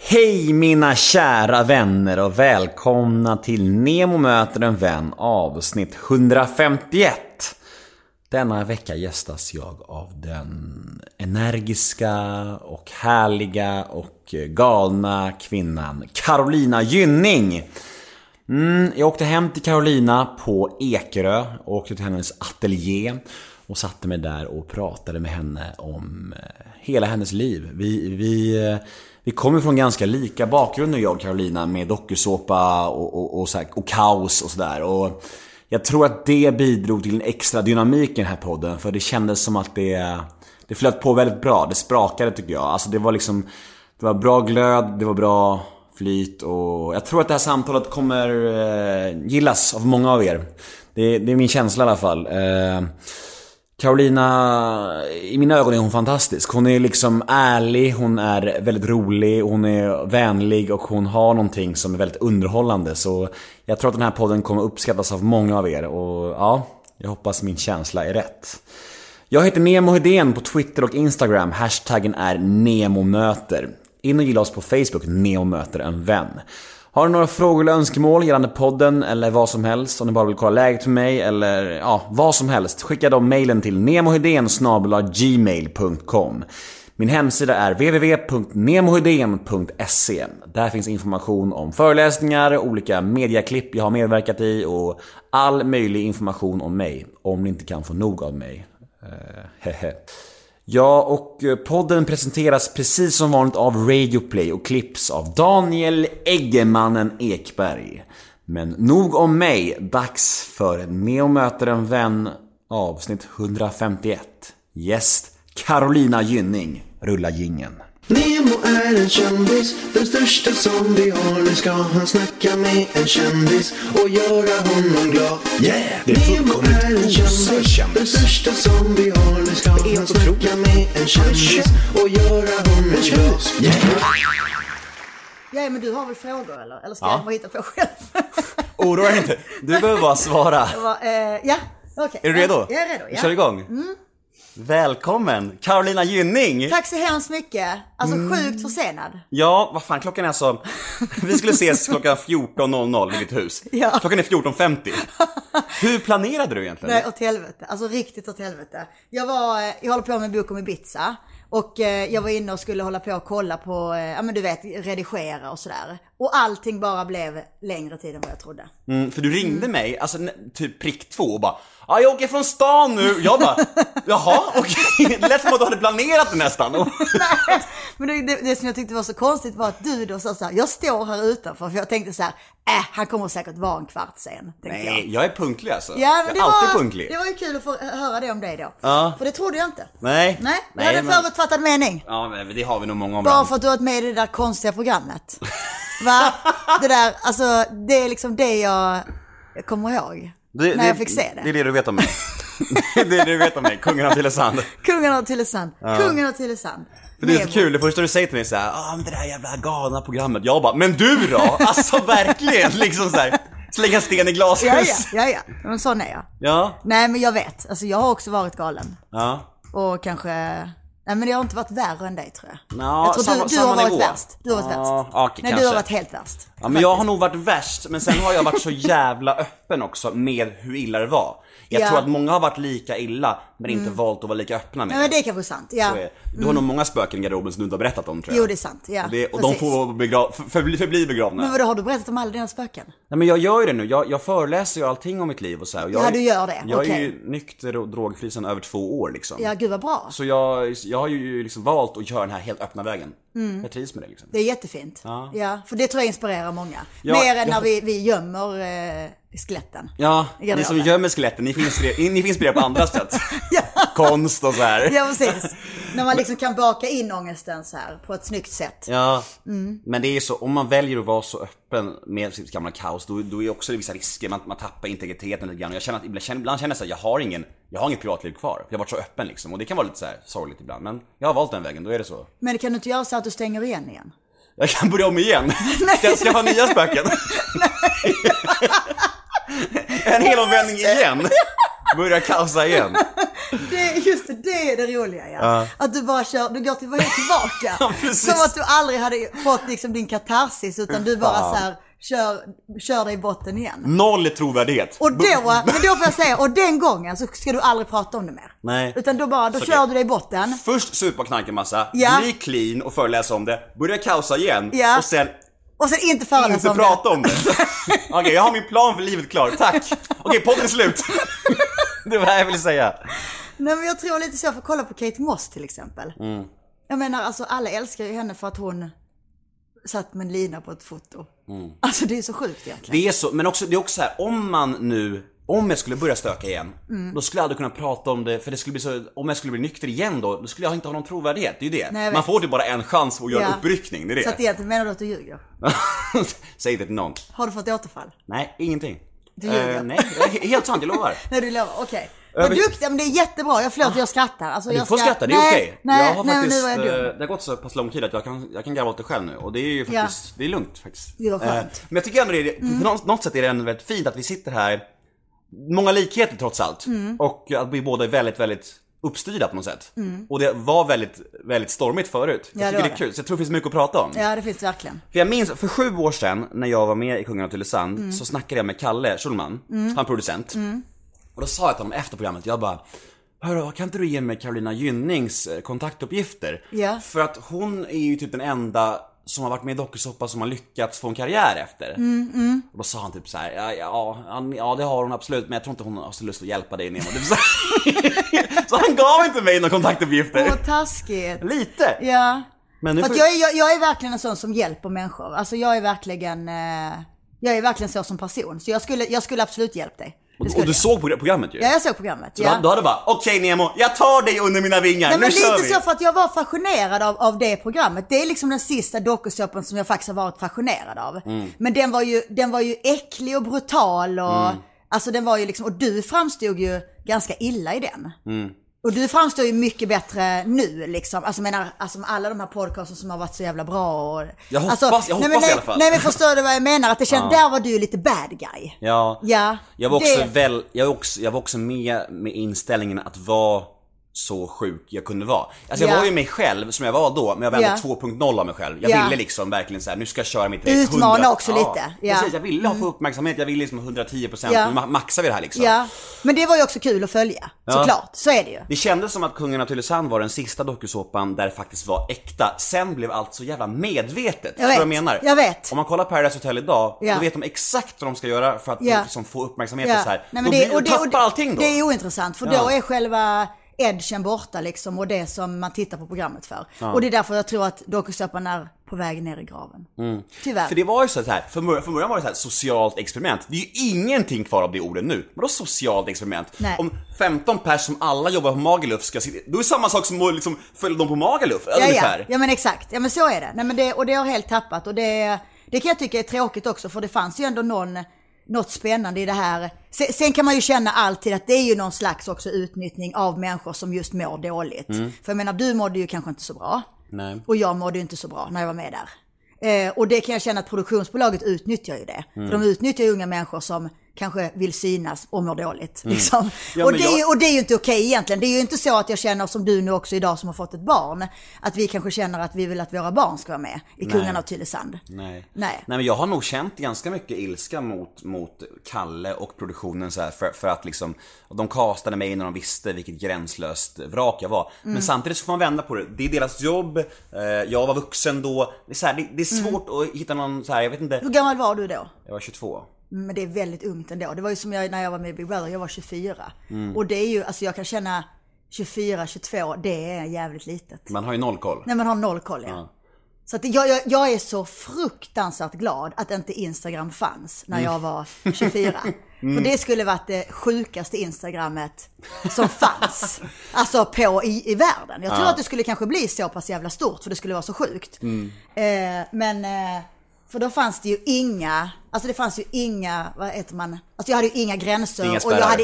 Hej mina kära vänner och välkomna till Nemo möter en vän avsnitt 151. Denna vecka gästas jag av den energiska och härliga och galna kvinnan Carolina Gynning. Jag åkte hem till Carolina på Ekerö och åkte till hennes ateljé och satte mig där och pratade med henne om hela hennes liv. Vi kommer från ganska lika bakgrunder, jag och Carolina, med dokusåpa och kaos och sådär. Och jag tror att det bidrog till en extra dynamik i den här podden, för det kändes som att det flöt på väldigt bra. Det sprakade tycker jag. Alltså det var bra glöd, det var bra flyt, och jag tror att det här samtalet kommer gillas av många av er. Det är min känsla i alla fall. Carolina, i mina ögon är hon fantastisk. Hon är liksom ärlig, hon är väldigt rolig, hon är vänlig och hon har någonting som är väldigt underhållande. Så jag tror att den här podden kommer uppskattas av många av er. Och ja, jag hoppas min känsla är rätt. Jag heter Nemo Hedén på Twitter och Instagram. Hashtaggen är NEMOMÖTER. In och gilla oss på Facebook, Nemo möter en vän. Har du några frågor eller önskemål gällande podden eller vad som helst, om du bara vill kolla läget för mig eller ja, vad som helst, skicka då mejlen till nemohedén@gmail.com. Min hemsida är www.nemohedén.se. Där finns information om föreläsningar, olika mediaklipp jag har medverkat i och all möjlig information om mig, om ni inte kan få nog av mig. Ja, och podden presenteras precis som vanligt av Radioplay och klipps av Daniel Eggemannen Ekberg. Men nog om mig, dags för Nemo möter en vän avsnitt 151. Gäst Carolina Gynning. Rulla jingeln. Nemo är en kändis, den största som vi har. Nu ska han snacka med en kändis och göra honom glad. Yeah! Det är fullkomligt kändis, den största som vi har. Nu ska han snacka med en kändis och göra honom glad. Yeah! Ja, men du har väl frågor eller? Eller ska jag bara hitta på själv? Oroa dig inte, du behöver bara svara. Ja, okej. Är du redo? Jag är redo, ja. Vi kör igång. Välkommen, Carolina Gynning. Tack så hemskt mycket. Alltså sjukt försenad. Ja, vad fan, klockan är alltså... Vi skulle ses klockan 14.00 vid ditt hus. Ja. Klockan är 14.50. Hur planerade du egentligen? Nej, åt helvete. Alltså riktigt åt helvete. Jag håller på med en bok om Ibiza. Och jag var inne och skulle hålla på och kolla på, ja men du vet, redigera och sådär. Och allting bara blev längre tid än vad jag trodde. För du ringde mig, alltså typ prick 2 och bara, ja jag åker från stan nu. Jag bara, jaha, okej. Det lät som att du hade planerat det nästan. Nej, men det som jag tyckte var så konstigt var att du då sa så här, jag står här utanför, för jag tänkte så här, han kommer säkert vara en kvart sen. Nej, jag är punktlig alltså. Ja, men jag är alltid punktlig. Det var ju kul att få höra det om dig då. Ja. För det trodde jag inte. Nej, jag hade en förutfattad mening. Ja, men det har vi nog många om. Bara för att du har varit med i det där konstiga programmet. Va? Det där, alltså det är liksom det jag kommer ihåg. När jag fick se det. Det är det du vet om mig. Det är det du vet om mig, kungen av Tylösand. Kungen av Tylösand. Kungen av Tylösand. För det är så kul, det första du säger till mig så här, men det där jävla galna programmet. Jag bara, men du då? Alltså verkligen, liksom så här, slänga sten i glashus. Ja, men sån är jag. Ja. Nej, men jag vet, alltså jag har också varit galen. Ja. Och kanske, nej men det har inte varit värre än dig tror jag. Ja, jag tror du har varit värst. Du har varit värst. Okay, nej, kanske. du har varit helt värst. Ja, men jag har nog varit värst, men sen har jag varit så jävla öppen också med hur illa det var. Jag tror att många har varit lika illa, men inte valt att vara lika öppna med det. Men det är kanske sant, ja. Du har nog många spöken i garderoben som du inte har berättat om, tror jag. Jo, det är sant, ja. Och de får förbli begravna. Men vad har du berättat om alla dina spöken? Nej, men jag gör ju det nu. Jag föreläser ju allting om mitt liv och så här. Och du gör det. Jag är ju nykter och drogfri sedan över 2 år liksom. Ja, gud vad bra. Så jag har ju liksom valt att köra den här helt öppna vägen. Jag trivs med det liksom. Det är jättefint. Ja, för det tror jag inspirerar många. Ja, mer än när vi gömmer skeletten. Ja, ni som gömmer skeletten, ni får inspirera på andra sätt. Ja. Konst och så här. Ja, precis. När man liksom kan baka in ångesten så här på ett snyggt sätt. Ja, men det är så, om man väljer att vara så öppen med sitt gamla kaos, då är också det vissa risker. Man tappar integriteten lite grann. Jag känner att ibland känner jag att jag har inget privatliv kvar. Jag har varit så öppen liksom, och det kan vara lite så här sorgligt ibland. Men jag har valt den vägen, då är det så. Men kan du inte göra så att du stänger igen? Jag kan börja om igen. Ska jag skaffa nya spöken? En hel omvändning igen. Börja kaosa igen. Det är det roliga, ja. Att du bara du går tillbaka. Ja, som att du aldrig hade fått liksom din katarsis, utan du bara så här kör dig i botten igen. Noll trovärdighet. Och då får jag säga, och den gången så ska du aldrig prata om det mer. Nej. Utan då kör du dig i botten. Först supa, knarka en massa, Ja. bli clean och föreläsa om det, börja kaosa igen, Ja. och sen inte föreläsa inte om prata om det. Okej, jag har min plan för livet klar, tack. Okej, podden är slut. Det var det jag ville säga. Nej, men jag tror lite så, för kolla på Kate Moss till exempel. Jag menar, alltså alla älskar ju henne för att hon satt med en lina på ett foto. Alltså det är så sjukt egentligen. Det är så, men också, det är också så här, om jag skulle börja stöka igen, då skulle jag aldrig kunna prata om det, för det skulle bli så, om jag skulle bli nykter igen då skulle jag inte ha någon trovärdighet, det är ju det. Nej, man får ju bara en chans att göra en uppryckning, det är det. Så att egentligen menar du att du ljuger? Säg det till någon. Har du fått återfall? Nej, ingenting. Du ljuger? Nej, helt sant, jag lovar. Nej, du lovar, okej. Vad duktig, men det är jättebra, jag skrattar. Alltså, du får skratta, det är okej. Nej, jag har faktiskt, nu var jag dum. det har gått så pass lång tid att jag kan garva åt det själv nu. Och det är ju faktiskt, det är lugnt faktiskt. Det var skönt. Men jag tycker ändå på något sätt är det ändå väldigt fint att vi sitter här. Många likheter trots allt. Och att vi båda är väldigt, väldigt uppstyrda på något sätt. Och det var väldigt, väldigt stormigt förut. Jag tycker det är kul, så jag tror det finns mycket att prata om. Ja, det finns verkligen. För jag minns, för 7 år sedan när jag var med i Kungen av Tylösand, så snackade jag med Kalle Schulman, han producent. Och då sa jag till honom efter programmet, jag bara: hörru, kan inte du ge mig Carolina Gynnings kontaktuppgifter? Ja. För att hon är ju typ den enda som har varit med i dokusåpa som har lyckats få en karriär efter. Och då sa han typ så här: ja, det har hon absolut, men jag tror inte hon har så lust att hjälpa dig, Nemo. Så han gav inte mig några kontaktuppgifter. Åh, taskigt. Lite. Ja. Men nu för att jag är verkligen en sån som hjälper människor. Alltså jag är verkligen så som person. Så jag skulle absolut hjälpa dig. Och du såg på programmet ju? Ja, jag såg programmet. Så då hade du bara: okej, Nemo, jag tar dig under mina vingar. Nej, nu men kör lite vi. så, för att jag var fascinerad av det programmet. Det är liksom den sista dokusåpan som jag faktiskt har varit fascinerad av. Men den var ju äcklig och brutal och alltså den var ju liksom, och du framstod ju ganska illa i den. Och du framstår ju mycket bättre nu liksom. Alltså menar, alltså alla de här podcasten som har varit så jävla bra och, jag hoppas alltså, i alla fall. Nej, men förstår du vad jag menar? Att det känns, där var du ju lite bad guy. Ja. Jag var också med inställningen att vara så sjuk jag kunde vara. Alltså jag var ju mig själv som jag var då, men jag var ändå 2.0 av mig själv. Jag ville liksom verkligen så här, nu ska jag köra mitt race. Utmana också lite. Precis, jag ville få uppmärksamhet, jag ville liksom 110%, maxar vi det här liksom. Ja, men det var ju också kul att följa, såklart, så är det ju. Det kändes som att Kungen av Tylösand var den sista dokusåpan där det faktiskt var äkta. Sen blev allt så jävla medvetet. Jag menar. Jag vet. Om man kollar Paradise Hotel idag, då vet de exakt vad de ska göra för att liksom få uppmärksamhet och så här. Nej, men då tappar allting då. Det är ointressant, för då är själva edgen borta liksom, och det som man tittar på programmet för. Och det är därför jag tror att dokusåpan är på väg ner i graven. Tyvärr. För det var ju så här, för början var det så här socialt experiment. Det är ju ingenting kvar av det ordet nu. Men då socialt experiment. Nej. Om 15 pers som alla jobbar på Magaluf ska sitta, då är det samma sak som att liksom följa dem på Magaluf ungefär. Ja, men exakt. Ja, men så är det. Nej, men det har helt tappat, och det kan jag tycka är tråkigt också, för det fanns ju ändå något spännande i det här. Sen kan man ju känna alltid att det är ju någon slags också utnyttning av människor som just mår dåligt. För jag menar, du mådde ju kanske inte så bra. Nej. Och jag mådde ju inte så bra när jag var med där. Och det kan jag känna att produktionsbolaget utnyttjar ju det. För de utnyttjar ju unga människor som kanske vill synas och mår dåligt. Liksom. Ja, och det är ju inte okej egentligen. Det är ju inte så att jag känner, som du nu också idag som har fått ett barn, att vi kanske känner att vi vill att våra barn ska vara med i Kungen av Tylösand. Nej, men jag har nog känt ganska mycket ilska mot Kalle och produktionen så här, för att liksom, de castade mig när de visste vilket gränslöst vrak jag var. Men samtidigt så får man vända på det. Det är deras jobb. Jag var vuxen då. Det är, så här, det är svårt att hitta någon så här, jag vet inte. Hur gammal var du då? Jag var 22. Men det är väldigt ungt ändå. Det var ju som när jag var med i Big Brother, jag var 24. Och det är ju, alltså jag kan känna 24, 22, det är jävligt litet. Man har ju noll koll. Nej, man har noll koll, ja. Så att jag är så fruktansvärt glad att inte Instagram fanns när jag var 24. För det skulle varit det sjukaste Instagrammet som fanns. Alltså i världen. Jag tror att det skulle kanske bli så pass jävla stort, för det skulle vara så sjukt. Men för då fanns det ju inga, alltså det fanns ju inga, vad heter man, alltså jag hade ju inga gränser, och jag hade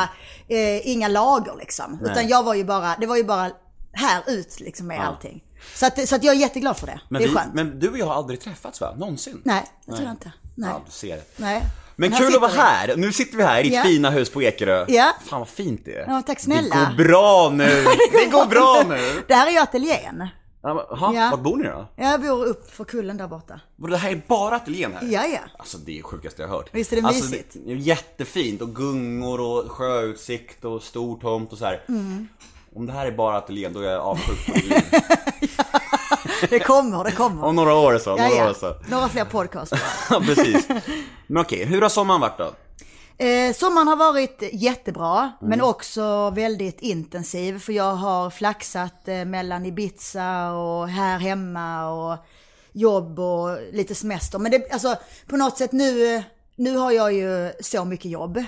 inga lager liksom. Utan jag var ju bara, det var ju bara här ut liksom med allting. Så att jag är jätteglad för det. Det är skönt. Men du och jag har aldrig träffats, va? Någonsin? Nej, det tror jag inte. Nej. Ja, du ser det. Nej. Men kul att vara här. Nu sitter vi här i ditt fina hus på Ekerö. Ja. Fan vad fint det är. Ja, tack snälla. Det går bra nu. Det går bra nu. Det här är ju ateljén. Jaha, vart bor ni då? Jag bor upp för kullen där borta. Det här är bara ateljén här? Ja. Alltså det är sjukaste jag har hört. Visst är det mysigt? Det är jättefint och gungor och sjöutsikt och stor tomt och så här. Om det här är bara ateljén, då är jag avsjuk på liv. Det kommer. Om några år så. Några fler podcaster. Ja, precis. Men okej, hur har sommaren varit då? Sommaren har varit jättebra, men också väldigt intensiv. För jag har flaxat mellan Ibiza och här hemma och jobb och lite semester. Men det, alltså, på något sätt nu har jag ju så mycket jobb.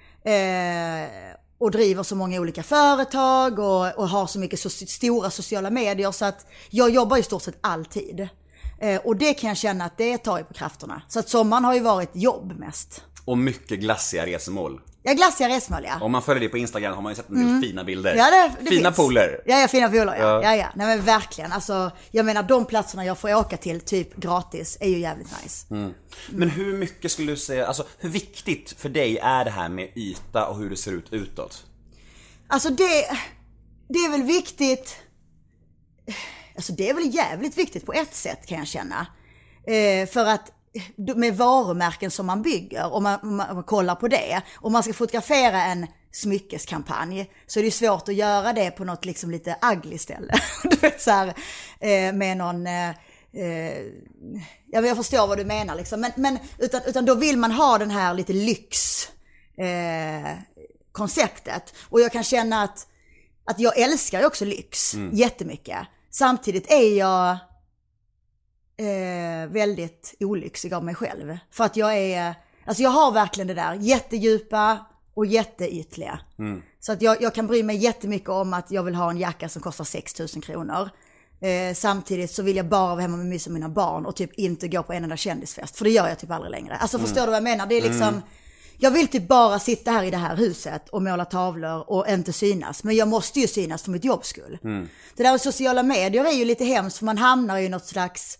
Och driver så många olika företag och har så mycket stora sociala medier. Så att jag jobbar i stort sett alltid. Och det kan jag känna att det tar ju på krafterna. Så att sommaren har ju varit jobb mest. Och mycket glassiga resmål. Ja, glassiga resmål, ja. Om man följer det på Instagram har man ju sett en del fina bilder. Ja, det fina finns. pooler. Ja, fina pooler, ja. Nej men verkligen, alltså, jag menar de platserna jag får åka till typ gratis är ju jävligt nice. Men hur mycket skulle du säga, alltså hur viktigt för dig är det här med yta och hur det ser ut utåt? Alltså det är väl viktigt. Alltså det är väl jävligt viktigt på ett sätt, kan jag känna. För att med varumärken som man bygger, om man kollar på det, om man ska fotografera en smyckeskampanj, så är det svårt att göra det på något liksom lite ugly ställe. Du vet så här, med någon jag förstår vad du menar liksom, men utan då vill man ha den här lite lyx konceptet. Och jag kan känna att jag älskar ju också lyx jättemycket. Samtidigt är jag väldigt olyxig av mig själv. För att jag har verkligen det där jättedjupa och jätteytliga. Så att jag kan bry mig jättemycket om att jag vill ha en jacka som kostar 6 000 kronor. Samtidigt så vill jag bara vara hemma med mysa mina barn och typ inte gå på en enda kändisfest. För det gör jag typ aldrig längre. Alltså förstår du vad jag menar? Det är liksom... Jag vill typ bara sitta här i det här huset och måla tavlor och inte synas. Men jag måste ju synas för mitt jobbs skull. Det där med sociala medier är ju lite hemskt, för man hamnar i något slags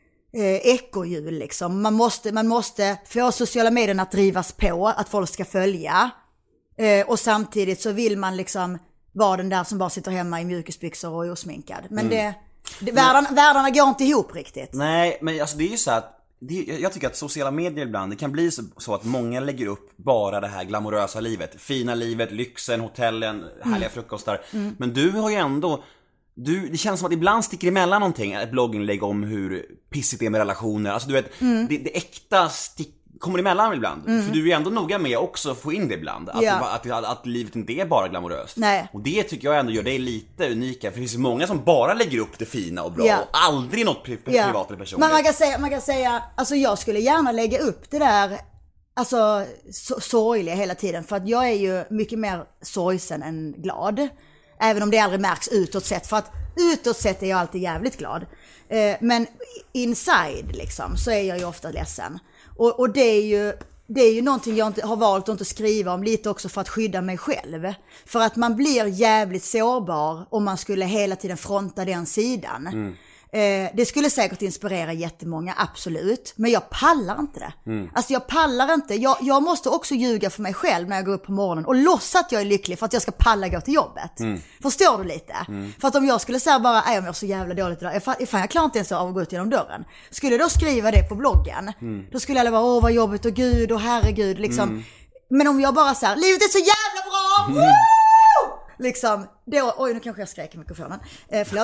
ekohjul liksom. Man måste få sociala medier att drivas på, att folk ska följa. Och samtidigt så vill man liksom vara den där som bara sitter hemma i mjukisbyxor och är osminkad. Men världarna går inte ihop riktigt. Nej, men alltså det är ju så att jag tycker att sociala medier ibland, det kan bli så att många lägger upp bara det här glamorösa livet, fina livet, lyxen, hotellen, härliga frukostar. Men du har ju ändå, det känns som att ibland sticker emellan någonting, ett blogginlägg om hur pissigt det är med relationer. Alltså du vet, det äkta kommer emellan ibland. För du är ju ändå noga med också att få in det ibland. Att livet inte är bara glamoröst. Nej. Och det tycker jag ändå gör dig lite unika. För det finns ju många som bara lägger upp det fina och bra. Och aldrig något privat eller personligt. Men man kan säga, alltså jag skulle gärna lägga upp det där, alltså sorgliga hela tiden. För att jag är ju mycket mer sorgsen än glad. Även om det aldrig märks utåt sett. För att utåt sett är jag alltid jävligt glad. Men inside liksom så är jag ju ofta ledsen. Och det är ju någonting jag inte har valt att inte skriva om, lite också för att skydda mig själv. För att man blir jävligt sårbar om man skulle hela tiden fronta den sidan. Det skulle säkert inspirera jättemånga, absolut. Men jag pallar inte det. Alltså jag pallar inte. Jag måste också ljuga för mig själv när jag går upp på morgonen och låtsas att jag är lycklig för att jag ska palla gå till jobbet. Förstår du lite? För att om jag skulle säga bara, jag mår så jävla dåligt idag. Jag klarar inte ens av att gå ut genom dörren. Skulle jag då skriva det på bloggen, då skulle alla vara, vad jobbigt och gud och herregud liksom. Men om jag bara säger, livet är så jävla bra! Liksom, då, oj nu kanske jag skrek i mikrofonen, förlåt.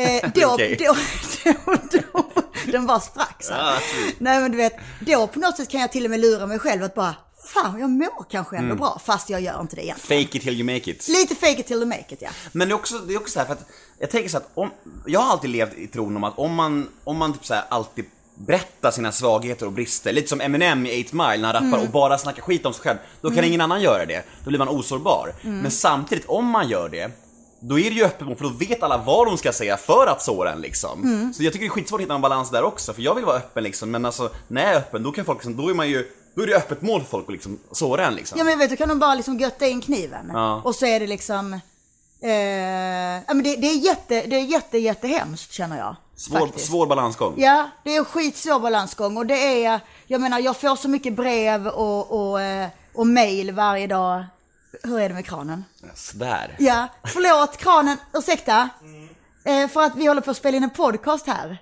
Då den bara sprack så. Nej men du vet, då på något sätt kan jag till och med lura mig själv att bara, fan jag mår kanske ändå bra, fast jag gör inte det egentligen. Fake it till you make it. Lite fake it till you make it, ja. Men det är också så här, för att jag tänker så att jag har alltid levt i tron om att om man typ så här alltid berätta sina svagheter och brister, lite som Eminem i 8 Mile när han rappar och bara snackar skit om sig själv, då kan ingen annan göra det, då blir man osårbar. Men samtidigt, om man gör det, då är det ju öppet, för då vet alla vad de ska säga för att såra en liksom. Så jag tycker det är skitsvårt att hitta en balans där också, för jag vill vara öppen liksom, men alltså när jag är öppen, då kan folk liksom, då är det öppet mål för folk att liksom såra en liksom. Ja men vet du, kan de bara liksom götta in kniven och så är det liksom men det är jättehemskt känner jag. Svår balansgång. Ja, det är en skitsvår balansgång. Och det är, jag menar, jag får så mycket brev och mejl varje dag. Hur är det med kranen? Sådär. Ja, förlåt kranen, ursäkta. För att vi håller på att spela in en podcast här.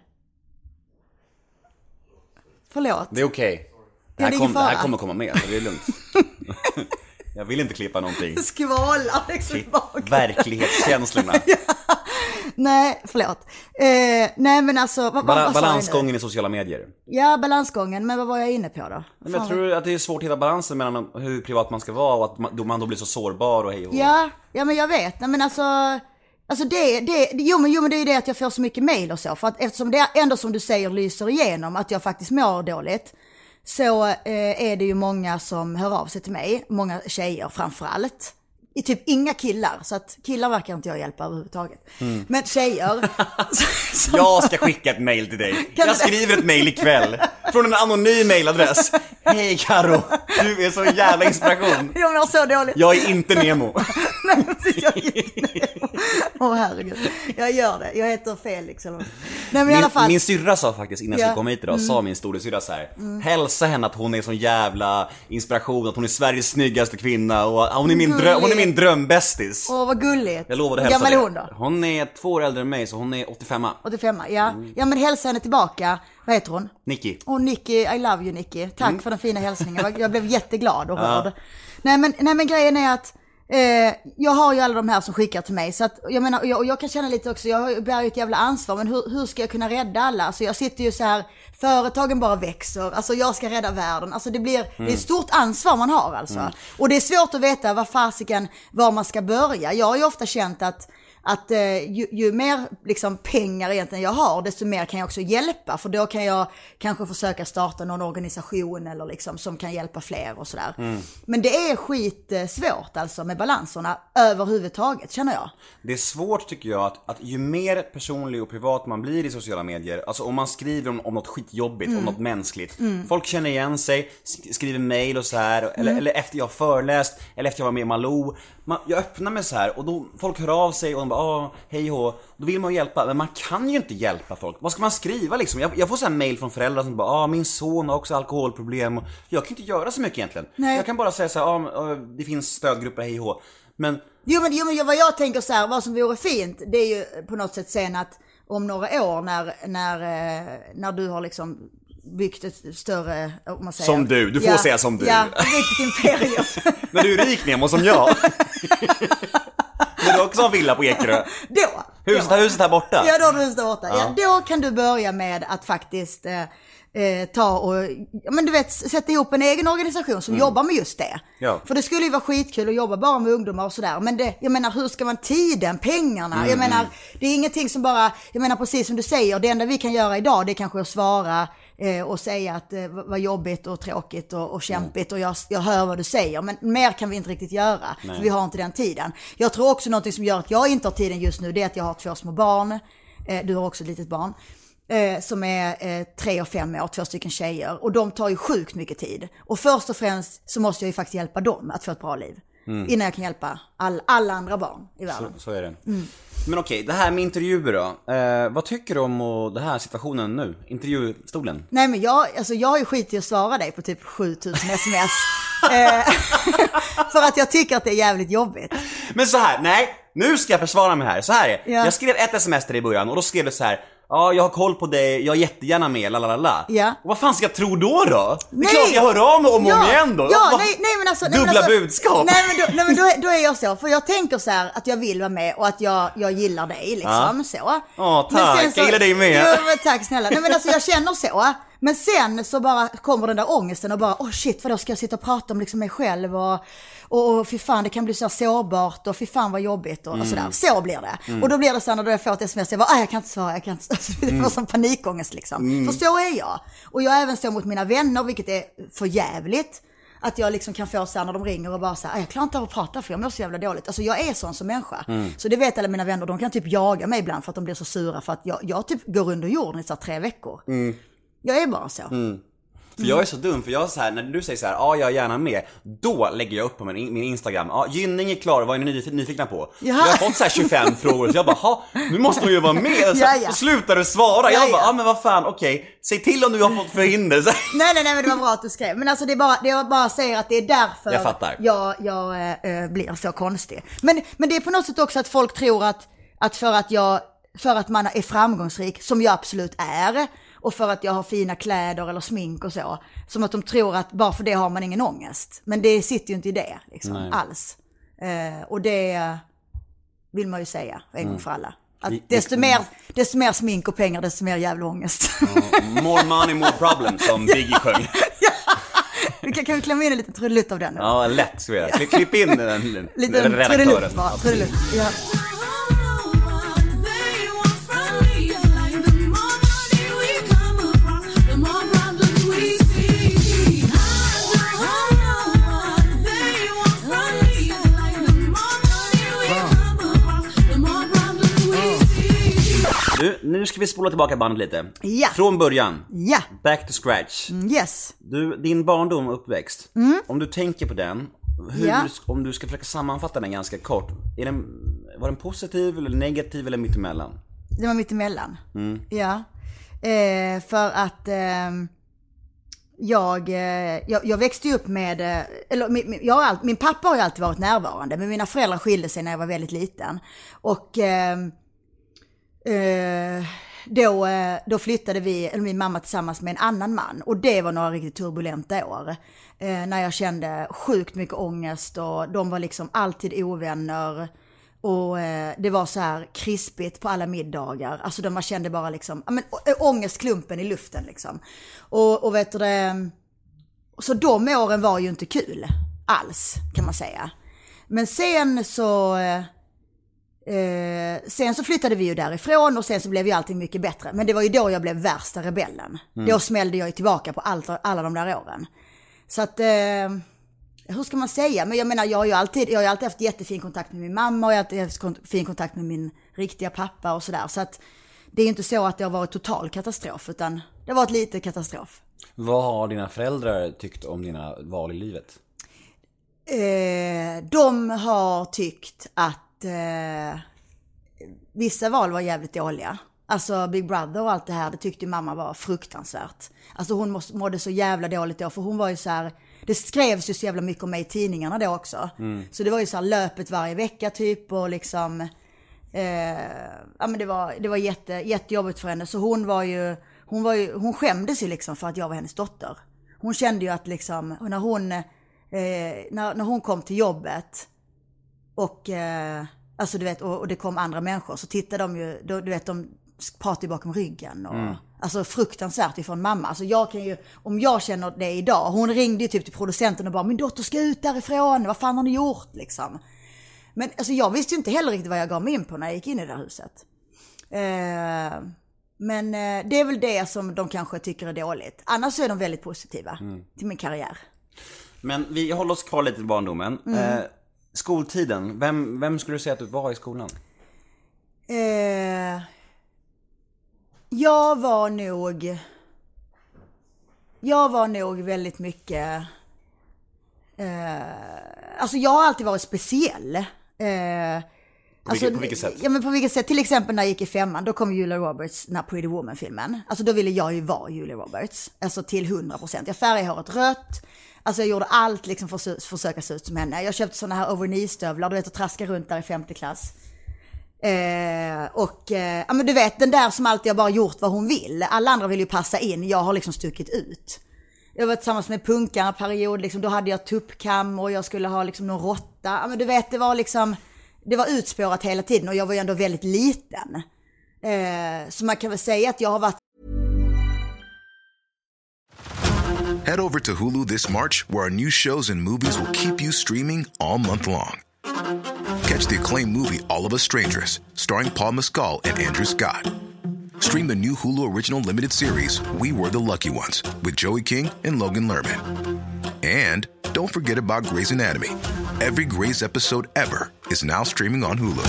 Förlåt. Det är okej. Det här kommer komma med, så det är lugnt. Jag vill inte klippa någonting. Skvala liksom bak. Verklighetskänslorna. Ja. Nej, förlåt. Nej men alltså balansgången i sociala medier. Ja, balansgången, men vad var jag inne på då? Men jag tror att det är svårt att hitta balansen mellan hur privat man ska vara och att man då blir så sårbar och hej och Ja, men jag vet. Nej, men alltså jo men det är ju det att jag får så mycket mejl och så. För att eftersom det ändå som du säger lyser igenom att jag faktiskt mår dåligt, så är det ju många som hör av sig till mig. Många tjejer framförallt. I typ inga killar, så att killar verkar inte jag hjälpa överhuvudtaget. Men tjejer Jag ska skicka ett mejl till dig. Jag skriver ett mejl ikväll från en anonym mejladress. Hej Karo, du är så jävla inspiration. Jag mår så dåligt. Jag är inte Nemo. Nej, precis, jag är inte Nemo. Åh herregud, jag gör det. Jag heter Felix eller... Nej, men i alla fall. Min syrra sa faktiskt innan jag skulle komma hit idag, sa min storasyrra så här: hälsa henne att hon är sån jävla inspiration, att hon är Sveriges snyggaste kvinna och hon är min drömbästis. Åh, vad gulligt. Jag lovade hälsa. Gammal är hon då? Hon är 2 år äldre än mig, så hon är 85. 85, ja. Ja, men hälsa henne tillbaka. Vad heter hon? Nicky. Åh, Nicky, I love you Nicky. Tack för den fina hälsningen. Jag blev jätteglad och rörd. Nej men grejen är att jag har ju alla de här som skickar till mig, så att jag menar, och jag kan känna lite också, jag bär ju ett jävla ansvar, men hur ska jag kunna rädda alla? Alltså jag sitter ju så här, företagen bara växer, alltså jag ska rädda världen, alltså det är ett stort ansvar man har alltså. Och det är svårt att veta var man ska börja. Jag har ju ofta känt att ju mer liksom pengar egentligen jag har, desto mer kan jag också hjälpa, för då kan jag kanske försöka starta någon organisation eller liksom som kan hjälpa fler och sådär. Men det är skitsvårt alltså med balanserna överhuvudtaget, känner jag. Det är svårt tycker jag att ju mer personlig och privat man blir i sociala medier, alltså om man skriver om något skitjobbigt, om något mänskligt, folk känner igen sig, skriver mejl och så här, eller efter jag har föreläst, eller efter jag var med i Malou, jag öppnar mig så här och då folk hör av sig och de bara hej hå, då vill man ju hjälpa, men man kan ju inte hjälpa folk. Vad ska man skriva liksom? Jag får så här mejl från föräldrar som bara min son har också alkoholproblem. Jag kan inte göra så mycket egentligen. Nej. Jag kan bara säga så här, det finns stödgrupper hej hå. Men Jo men vad jag tänker så här, vad som vore fint, det är ju på något sätt sen att om några år när du har liksom byggt ett större, om man säger. Som du får säga som du. Ja, byggt ett imperium. När du är rik Nemo som jag. Men du också har villa på Ekerö. Huset här borta. Ja, då har du huset där borta. Ja, då kan du börja med att faktiskt men du vet, sätta ihop en egen organisation som jobbar med just det. Ja. För det skulle ju vara skitkul att jobba bara med ungdomar och sådär. Men jag menar, hur ska man tiden, pengarna? Jag menar, det är ingenting som bara, jag menar precis som du säger, det enda vi kan göra idag, det är kanske att svara och säga att vad jobbigt och tråkigt och kämpigt och jag hör vad du säger, men mer kan vi inte riktigt göra. För vi har inte den tiden. Jag tror också något som gör att jag inte har tiden just nu, det är att jag har 2 små barn. Du har också ett litet barn som är 3 och 5 år, 2 stycken tjejer, och de tar ju sjukt mycket tid. Och först och främst så måste jag ju faktiskt hjälpa dem att få ett bra liv innan jag kan hjälpa alla andra barn i världen. Så är det. Men okej, det här med intervjuer då. Vad tycker du om den här situationen nu? Intervjustolen? Nej men jag har ju skit i att svara dig på typ 7000 sms. För att jag tycker att det är jävligt jobbigt. Men så här, nej, nu ska jag försvara mig här. Så här är det. Jag skrev ett sms till dig i början och då skrev det så här: ja, jag har koll på dig, jag är jättegärna med, lalalala. Ja. Och vad fan ska jag tro då? Det är klart jag hör av mig om och om igen då. Ja, nej men alltså, dubbla budskap. Nej men då är jag så, för jag tänker så här att jag vill vara med och att jag gillar dig liksom, så. Tack, jag gillar dig med. Ja, men tack snälla. Nej men alltså jag känner så. Men sen så bara kommer den där ångesten och bara, shit, vad då ska jag sitta och prata om liksom mig själv och fy fan, det kan bli så sårbart och fy fan vad jobbigt och sådär. Så blir det. Och då blir det så när jag får ett sms, jag bara, jag kan inte svara, jag får sån panikångest liksom. För så är jag. Och jag är även så mot mina vänner, vilket är för jävligt. Att jag liksom kan få så här när de ringer och bara så här, jag klarar inte av att prata för jag mår så jävla dåligt. Alltså jag är sån som människa. Så det vet alla mina vänner, de kan typ jaga mig ibland för att de blir så sura för att jag typ går under jorden i så 3 veckor. Jag är bara så. För jag är så dum, för jag är så här, när du säger så här, ja, jag är gärna med, då lägger jag upp på min Instagram, ja, Gynning är klar, vad är ni nyfikna på? Jag har fått så här 25 frågor, så jag bara, nu måste hon ju vara med, så slutar du svara. Jag bara, men vad fan, okej, säg till om du har fått förhinder. Nej, men det var bra att du skrev. Men alltså jag bara säger att det är därför jag fattar. Jag blir så konstig. Men det är på något sätt också att folk tror att för att man är framgångsrik, som jag absolut är, och för att jag har fina kläder eller smink och så, som att de tror att bara för det har man ingen ångest. Men det sitter ju inte i det liksom, alls. Och det vill man ju säga en gång för alla. Att desto mer smink och pengar, desto mer jävla ångest. More money, more problems, som Biggie sjöng. Kan vi klämma in en liten trudelutt av den nu? Ja, lätt ska vi göra. Klipp in den liten redaktören. Trudelutt, ja. Nu ska vi spola tillbaka bandet lite. Ja. Från början. Ja. Back to scratch. Yes. Din barndom och uppväxt. Om du tänker på den, om du ska försöka sammanfatta den ganska kort. Var den positiv eller negativ eller mittemellan? Det var mittemellan. Ja. För att jag växte upp med, min pappa har ju alltid varit närvarande, men mina föräldrar skilde sig när jag var väldigt liten. Och då flyttade min mamma tillsammans med en annan man, och det var några riktigt turbulenta år när jag kände sjukt mycket ångest, och de var liksom alltid ovänner, och det var så här krispigt på alla middagar, alltså man kände bara liksom ångestklumpen i luften liksom, och vet du det, så de åren var ju inte kul alls, kan man säga. Men sen så flyttade vi ju därifrån, och sen så blev ju allting mycket bättre. Men det var ju då jag blev värsta rebellen. Då smällde jag ju tillbaka på alla de där åren. Så att, hur ska man säga? Men jag menar, jag har ju alltid haft jättefin kontakt med min mamma, och jag har alltid haft fin kontakt med min riktiga pappa och sådär. Så att det är ju inte så att det har varit total katastrof, utan det har varit lite katastrof. Vad har dina föräldrar tyckt om dina val i livet? De har tyckt att vissa val var jävligt dåliga. Alltså Big Brother och allt det här, det tyckte mamma var fruktansvärt. Alltså hon mådde så jävla dåligt då, för hon var ju så här, det skrevs ju så jävla mycket om mig i tidningarna då också. Så det var ju så här löpet varje vecka typ, och liksom men det var jättejobbigt för henne. Så hon skämdes ju liksom för att jag var hennes dotter. Hon kände ju att liksom när hon kom till jobbet och alltså du vet, och det kom andra människor, så tittade de ju, du vet, de pratade bakom ryggen och alltså fruktansvärt ifrån mamma. Alltså jag kan ju, om jag känner det idag, hon ringde ju typ till producenten och bara, min dotter ska ut därifrån, vad fan har ni gjort liksom. Men alltså jag visste ju inte heller riktigt vad jag gav mig in på när jag gick in i det här huset. Men det är väl det som de kanske tycker är dåligt. Annars är de väldigt positiva till min karriär. Men vi håller oss kvar lite i barndomen. Skoltiden, vem skulle du säga att du var i skolan? Jag var nog väldigt mycket alltså jag har alltid varit speciell. På vilket sätt? Ja, men på vilket sätt? Till exempel när jag gick i 5:an, då kom Julia Roberts, den här Pretty Woman-filmen. Alltså då ville jag ju vara Julia Roberts. Alltså till 100%. Jag färgade håret rött. Alltså jag gjorde allt liksom för att försöka se ut som henne. Jag köpte såna här overknee-stövlar, du vet, och traskade runt där i 5:e klass. Ja men du vet, den där som alltid har bara gjort vad hon vill. Alla andra vill ju passa in, jag har liksom stuckit ut. Jag var tillsammans med punkarna period, liksom, då hade jag tuppkam och jag skulle ha liksom någon råtta. Ja men du vet, det var liksom, det var utspårat hela tiden, och jag var ju ändå väldigt liten. Så man kan väl säga att jag har varit. Head over to Hulu this March, where our new shows and movies will keep you streaming all month long. Catch the acclaimed movie All of Us Strangers, starring Paul Mescal and Andrew Scott. Stream the new Hulu original limited series We Were the Lucky Ones with Joey King and Logan Lerman. And don't forget about Grey's Anatomy. Every Grey's episode ever is now streaming on Hulu.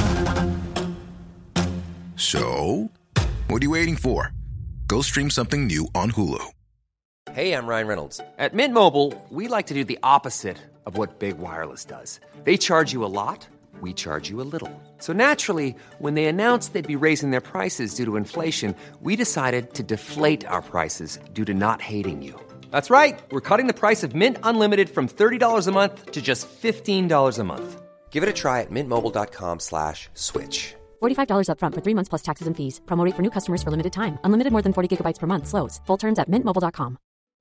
So, what are you waiting for? Go stream something new on Hulu. Hey, I'm Ryan Reynolds. At Mint Mobile, we like to do the opposite of what Big Wireless does. They charge you a lot, we charge you a little. So naturally, when they announced they'd be raising their prices due to inflation, we decided to deflate our prices due to not hating you. That's right. We're cutting the price of Mint Unlimited from $30 a month to just $15 a month. Give it a try at mintmobile.com/switch. $45 up front for 3 months plus taxes and fees. Promo rate for new customers for limited time. Unlimited more than 40 gigabytes per month. Slows full terms at mintmobile.com.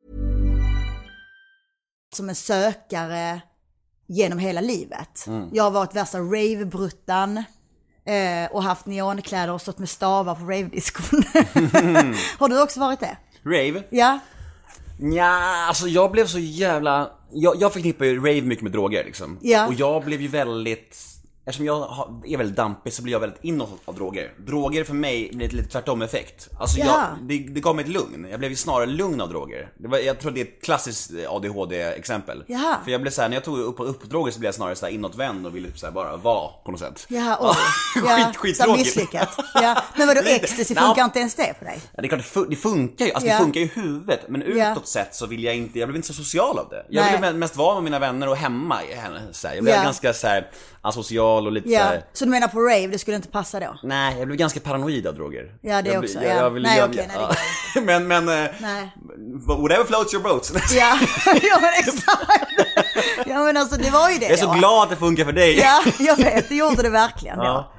Som en sökare genom hela livet. Jag har varit värsta rave-bruttan och haft neonkläder och stått med stavar på rave-diskon. Har du också varit det? Rave? Ja. Ja, alltså jag blev så jävla... Jag förknippar ju rave mycket med droger liksom. Ja. Och jag blev ju väldigt... Eftersom jag är väldigt dampig så blir jag väldigt inåt av droger. Droger för mig blir lite tvärtom effekt. Alltså det gav mig ett lugn. Jag blev ju snarare lugn av droger. Jag tror det är ett klassiskt ADHD-exempel. Jaha. För jag blev såhär, när jag tog upp droger så blev jag snarare såhär inåtvänd och ville så här bara vara på något sätt. Jaha, Skittråkigt. Misslyckat. Ja. Men vadå, ecstasy funkar inte ens det på dig? Ja, det är klart, det funkar ju. Alltså det funkar ju i huvudet. Men utåt sett så vill jag blev inte så social av det. Jag ville mest vara med mina vänner och hemma så här. Jag blev ganska så här asocial och lite så här. Så du menar på rave, det skulle inte passa då? Nej, jag blev ganska paranoid av droger. Ja, det också. Nej, okej, men whatever floats your boat. Ja, men exakt. Ja, men alltså det var ju det. Jag är så glad att det funkar för dig. Ja, jag vet, det gjorde det verkligen då.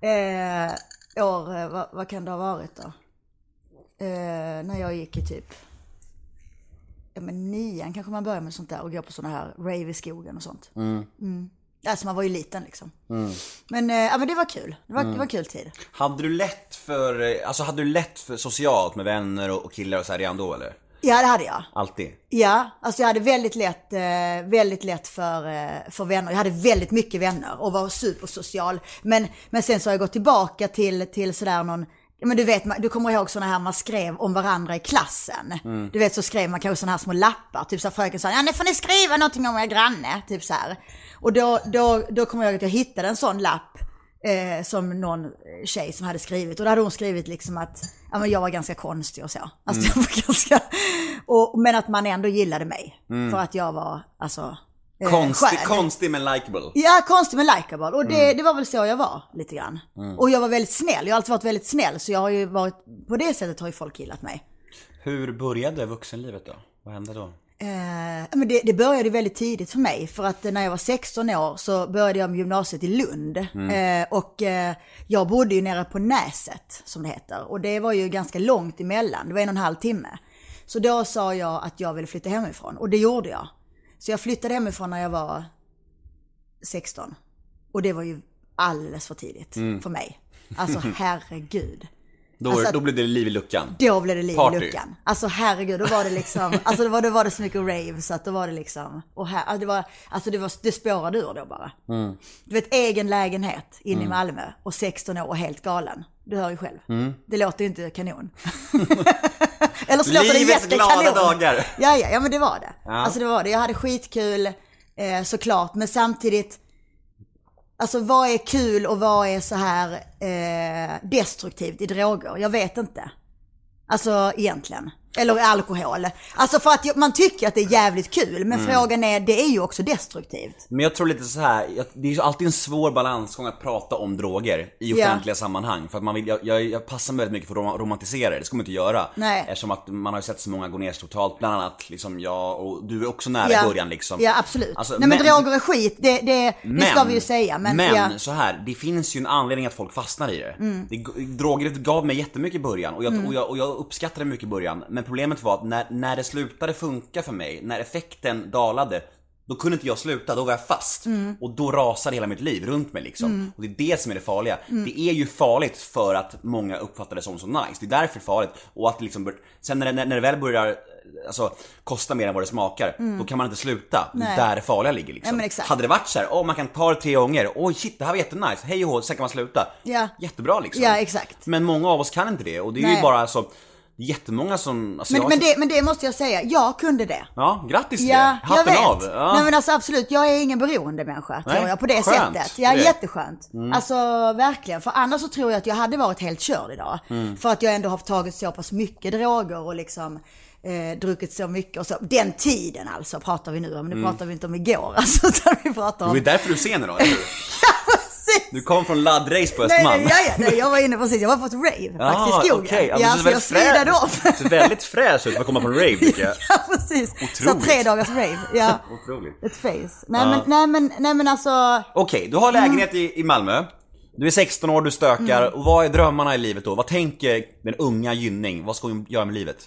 Vad kan det ha varit då? När jag gick i typ 9 kanske man börjar med sånt där och gå på såna här rave i skogen och sånt. Alltså man var ju liten liksom. Men det var kul. Det var kul tid. Hade du lätt för socialt med vänner och killar och så här redan då eller? Ja, det hade jag. Alltid? Ja, alltså jag hade väldigt lätt för vänner. Jag hade väldigt mycket vänner och var supersocial. Men sen så har jag gått tillbaka till sådär någon... Men du vet, du kommer ihåg såna här man skrev om varandra i klassen. Du vet, så skrev man kanske såna här små lappar. Typ så här, fröken sa, nu får ni skriva någonting om er granne. Typ så här. Och då kommer jag ihåg att jag hittade en sån lapp som någon tjej som hade skrivit. Och då hade hon skrivit liksom att jag var ganska konstig och så. Alltså jag var ganska... men att man ändå gillade mig. För att jag var, alltså... Konstig men likeable. Ja, konstig men likeable. Och det var väl så jag var lite grann. Och jag var väldigt snäll. Jag har alltid varit väldigt snäll. Så jag har ju varit, på det sättet har ju folk gillat mig. Hur började vuxenlivet då? Vad hände då? Men det började väldigt tidigt för mig. För att när jag var 16 år så började jag med gymnasiet i Lund. Och jag bodde ju nere på Näset som det heter. Och det var ju ganska långt emellan. Det var 1,5 timme. Så då sa jag att jag ville flytta hemifrån. Och det gjorde jag. Så jag flyttade hemifrån när jag var 16. Och det var ju alldeles för tidigt för mig. Alltså herregud. Då blev det liv i luckan. Då blev det liv i luckan. Alltså herregud, då var det liksom... Alltså då var det så mycket rave så att då var det liksom... Och här, det spårade ur då bara. Du vet, egen lägenhet inne i Malmö och 16 år och helt galen. Du hör ju själv. Det låter ju inte kanon. Eller så låter det jättekanon. Livets glada dagar. Ja, men det var det. Ja. Alltså det var det. Jag hade skitkul såklart. Men samtidigt, alltså vad är kul och vad är så här destruktivt i droger? Jag vet inte. Alltså egentligen. Eller alkohol. Alltså för att man tycker att det är jävligt kul. Men frågan är, det är ju också destruktivt. Men jag tror lite så här, det är ju alltid en svår balansgång att prata om droger i offentliga sammanhang. För att man vill, jag passar väldigt mycket för att romantisera det. Det ska man inte göra. Nej. Eftersom att man har ju sett så många gå ner totalt. Bland annat liksom jag och du är också nära i början liksom. Ja, absolut. Alltså, nej men droger är skit, det ska vi ju säga. Men så här, det finns ju en anledning att folk fastnar i det. Droger gav mig jättemycket i början. Och jag uppskattade mycket i början. Men problemet var att när det slutade funka för mig, när effekten dalade, då kunde inte jag sluta, då var jag fast. Och då rasade hela mitt liv runt mig liksom. Och det är det som är det farliga. Det är ju farligt för att många uppfattar det som så nice. Det är därför det är farligt. Och att liksom, sen när det väl börjar kosta mer än vad det smakar, då kan man inte sluta. Det är där det farliga ligger liksom. Hade det varit så här, man kan ta det 3 gånger. Shit, det här var jättenice. Hej och hå, sen kan man sluta. Jättebra liksom. Ja, exakt. Men många av oss kan inte det. Och det är ju bara så... Jättemånga som... Alltså men det måste jag säga, jag kunde det. Ja, grattis till det. Hatten av. Ja. Nej men alltså absolut, jag är ingen beroende människa tror jag på det sättet. Ja, jätteskönt. Alltså verkligen, för annars så tror jag att jag hade varit helt körd idag. För att jag ändå har tagit så pass mycket droger och liksom druckit så mycket och så. Den tiden alltså pratar vi nu om. Nu pratar vi inte om igår alltså, utan vi pratar om... Det är därför du ser nu då. Ja, precis. Du kom från laddrace på Östermalm. Nej, jag var inne precis. Jag var på ett rave faktiskt i skogen. Okay. Ja, så jag slidade upp. Det ser väldigt fräscht ut att komma på en rave, tycker jag. Ja, precis. Otroligt. Så 3 dagars rave. Ja. Otroligt. Ett face. Nej men alltså... Okej, du har lägenhet i Malmö. Du är 16 år, du stökar. Och vad är drömmarna i livet då? Vad tänker den unga Gynning? Vad ska hon göra med livet?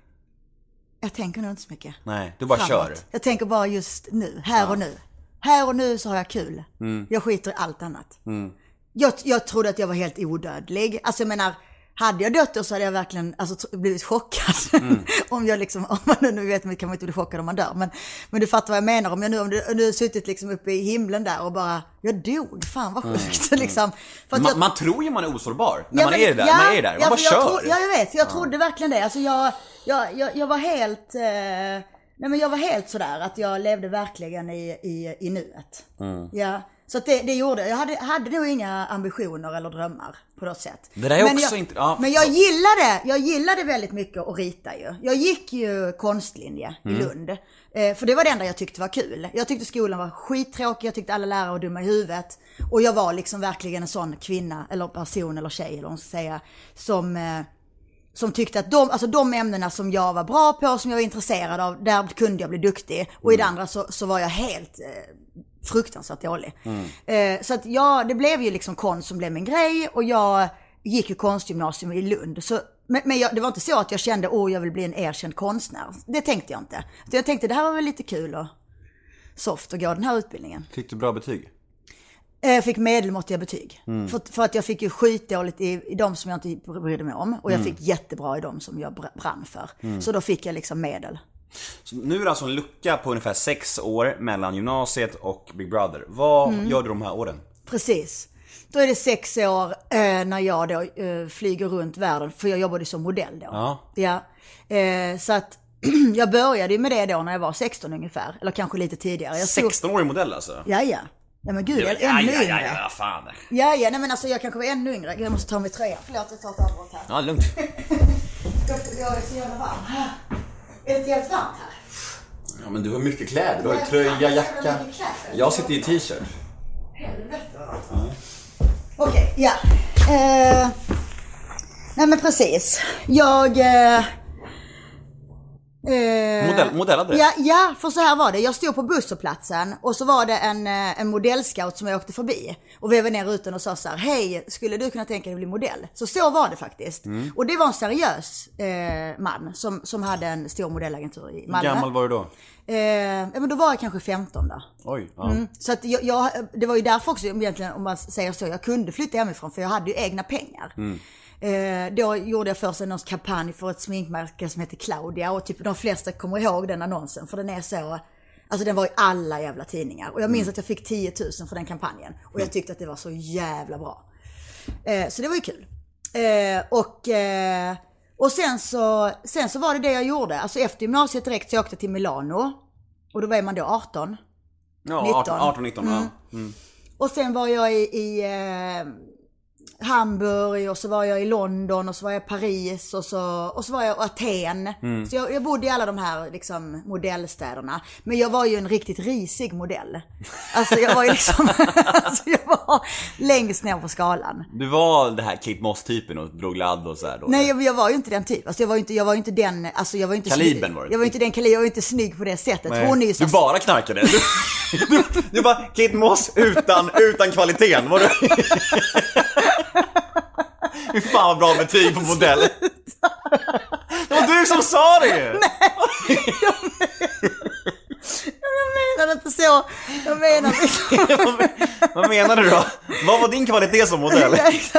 Jag tänker nog inte så mycket. Nej, du bara framåt. kör. Jag tänker bara just nu, här och nu. Här och nu så har jag kul. Jag skiter i allt annat. Jag trodde att jag var helt odödlig. Alltså jag menar, hade jag dött så hade jag verkligen blivit chockad. Om jag liksom, om man nu vet man kan man inte bli chockad om man dör. Men du fattar vad jag menar. Om du har suttit liksom uppe i himlen där och bara, jag dog, fan vad sjukt liksom. För att man tror ju man är osårbar när man är där. Man bara kör. Jag vet, jag trodde verkligen det. Alltså jag var helt... Nej men jag var helt sådär att jag levde verkligen i nuet. Ja, så att det gjorde jag. Hade nog inga ambitioner eller drömmar på något sätt. Det där är också inte... Ja. Men jag gillade väldigt mycket att rita ju. Jag gick ju konstlinje i Lund. För det var det enda jag tyckte var kul. Jag tyckte skolan var skittråkig. Jag tyckte alla lärare var dumma i huvudet. Och jag var liksom verkligen en sån kvinna eller person eller tjej eller vad man ska säga som tyckte att de ämnena som jag var bra på, som jag var intresserad av, där kunde jag bli duktig. Och i det andra så var jag helt fruktansvärt dålig. Så att det blev ju liksom konst som blev min grej. Och jag gick ju konstgymnasium i Lund. Men det var inte så att jag kände, jag vill bli en erkänd konstnär. Det tänkte jag inte. Så jag tänkte, det här var väl lite kul och soft att gå den här utbildningen. Fick du bra betyg? Jag fick medelmåttiga betyg. För att jag fick ju skitdåligt i de som jag inte brydde mig om. Och jag fick jättebra i de som jag brann för. Så då fick jag liksom medel. Så nu är det alltså en lucka på ungefär 6 år mellan gymnasiet och Big Brother. Vad gör du de här åren? Precis. Då är det 6 år när jag då flyger runt världen. För jag jobbade som modell då. Ja. Så att jag började ju med det då när jag var 16 ungefär. Eller kanske lite tidigare. 16-årig modell alltså? Ja. Ja men gud, jag är ännu yngre. Ja, fan. Ja, nej men alltså jag kanske var ännu yngre. Jag måste ta mig tröja. Förlåt, jag tar ett avbrott här. Ja, lugnt. Jag är så jävla varm. Är det inte helt varmt här? Ja, men du har mycket kläder. Du har tröja, jacka. Jag sitter i t-shirt. Helvete. Okej, ja. Nej men precis. Jag... modellade? Ja, för så här var det. Jag stod på busshållplatsen och så var det en modellscout som jag åkte förbi och vevade ner rutan och sa så här: hej, skulle du kunna tänka dig att bli modell? Så var det faktiskt. Och det var en seriös man som hade en stor modellagentur i Malmö. Hur gammal var du då? Men då var jag kanske 15 då. Oj, ja. Så att det var ju därför också egentligen, om man säger så, jag kunde flytta hemifrån för jag hade ju egna pengar. Då gjorde jag först en kampanj för ett sminkmärke som heter Claudia. Och typ de flesta kommer ihåg den annonsen. För den är så... Alltså den var i alla jävla tidningar. Och jag minns att jag fick 10 000 för den kampanjen. Och jag tyckte att det var så jävla bra. Så det var ju kul. Och sen så var det jag gjorde. Alltså efter gymnasiet direkt så jag åkte till Milano. Och då var man då 18. Ja, 18-19. Och sen var jag i Hamburg och så var jag i London och så var jag i Paris och så var jag i Aten. Så jag bodde i alla de här liksom modellstäderna. Men jag var ju en riktigt risig modell. Alltså jag var ju liksom jag var längst ner på skalan. Du var det här Kate Moss-typen och drog ladd och så här då? Nej, jag var ju inte den typ. Alltså jag var ju inte den, alltså jag var inte kalibern var det. Jag var inte den kalibern, jag var inte snygg på det sättet. Hon är ju så... Du bara knarkade. Du bara Kate Moss utan kvaliteten, var du? Hur fan vad bra betyg på modell. Det var du som sa det. Nej, jag menar inte så. Jag menar Vad menar du då? Vad var din kvalitet som modell?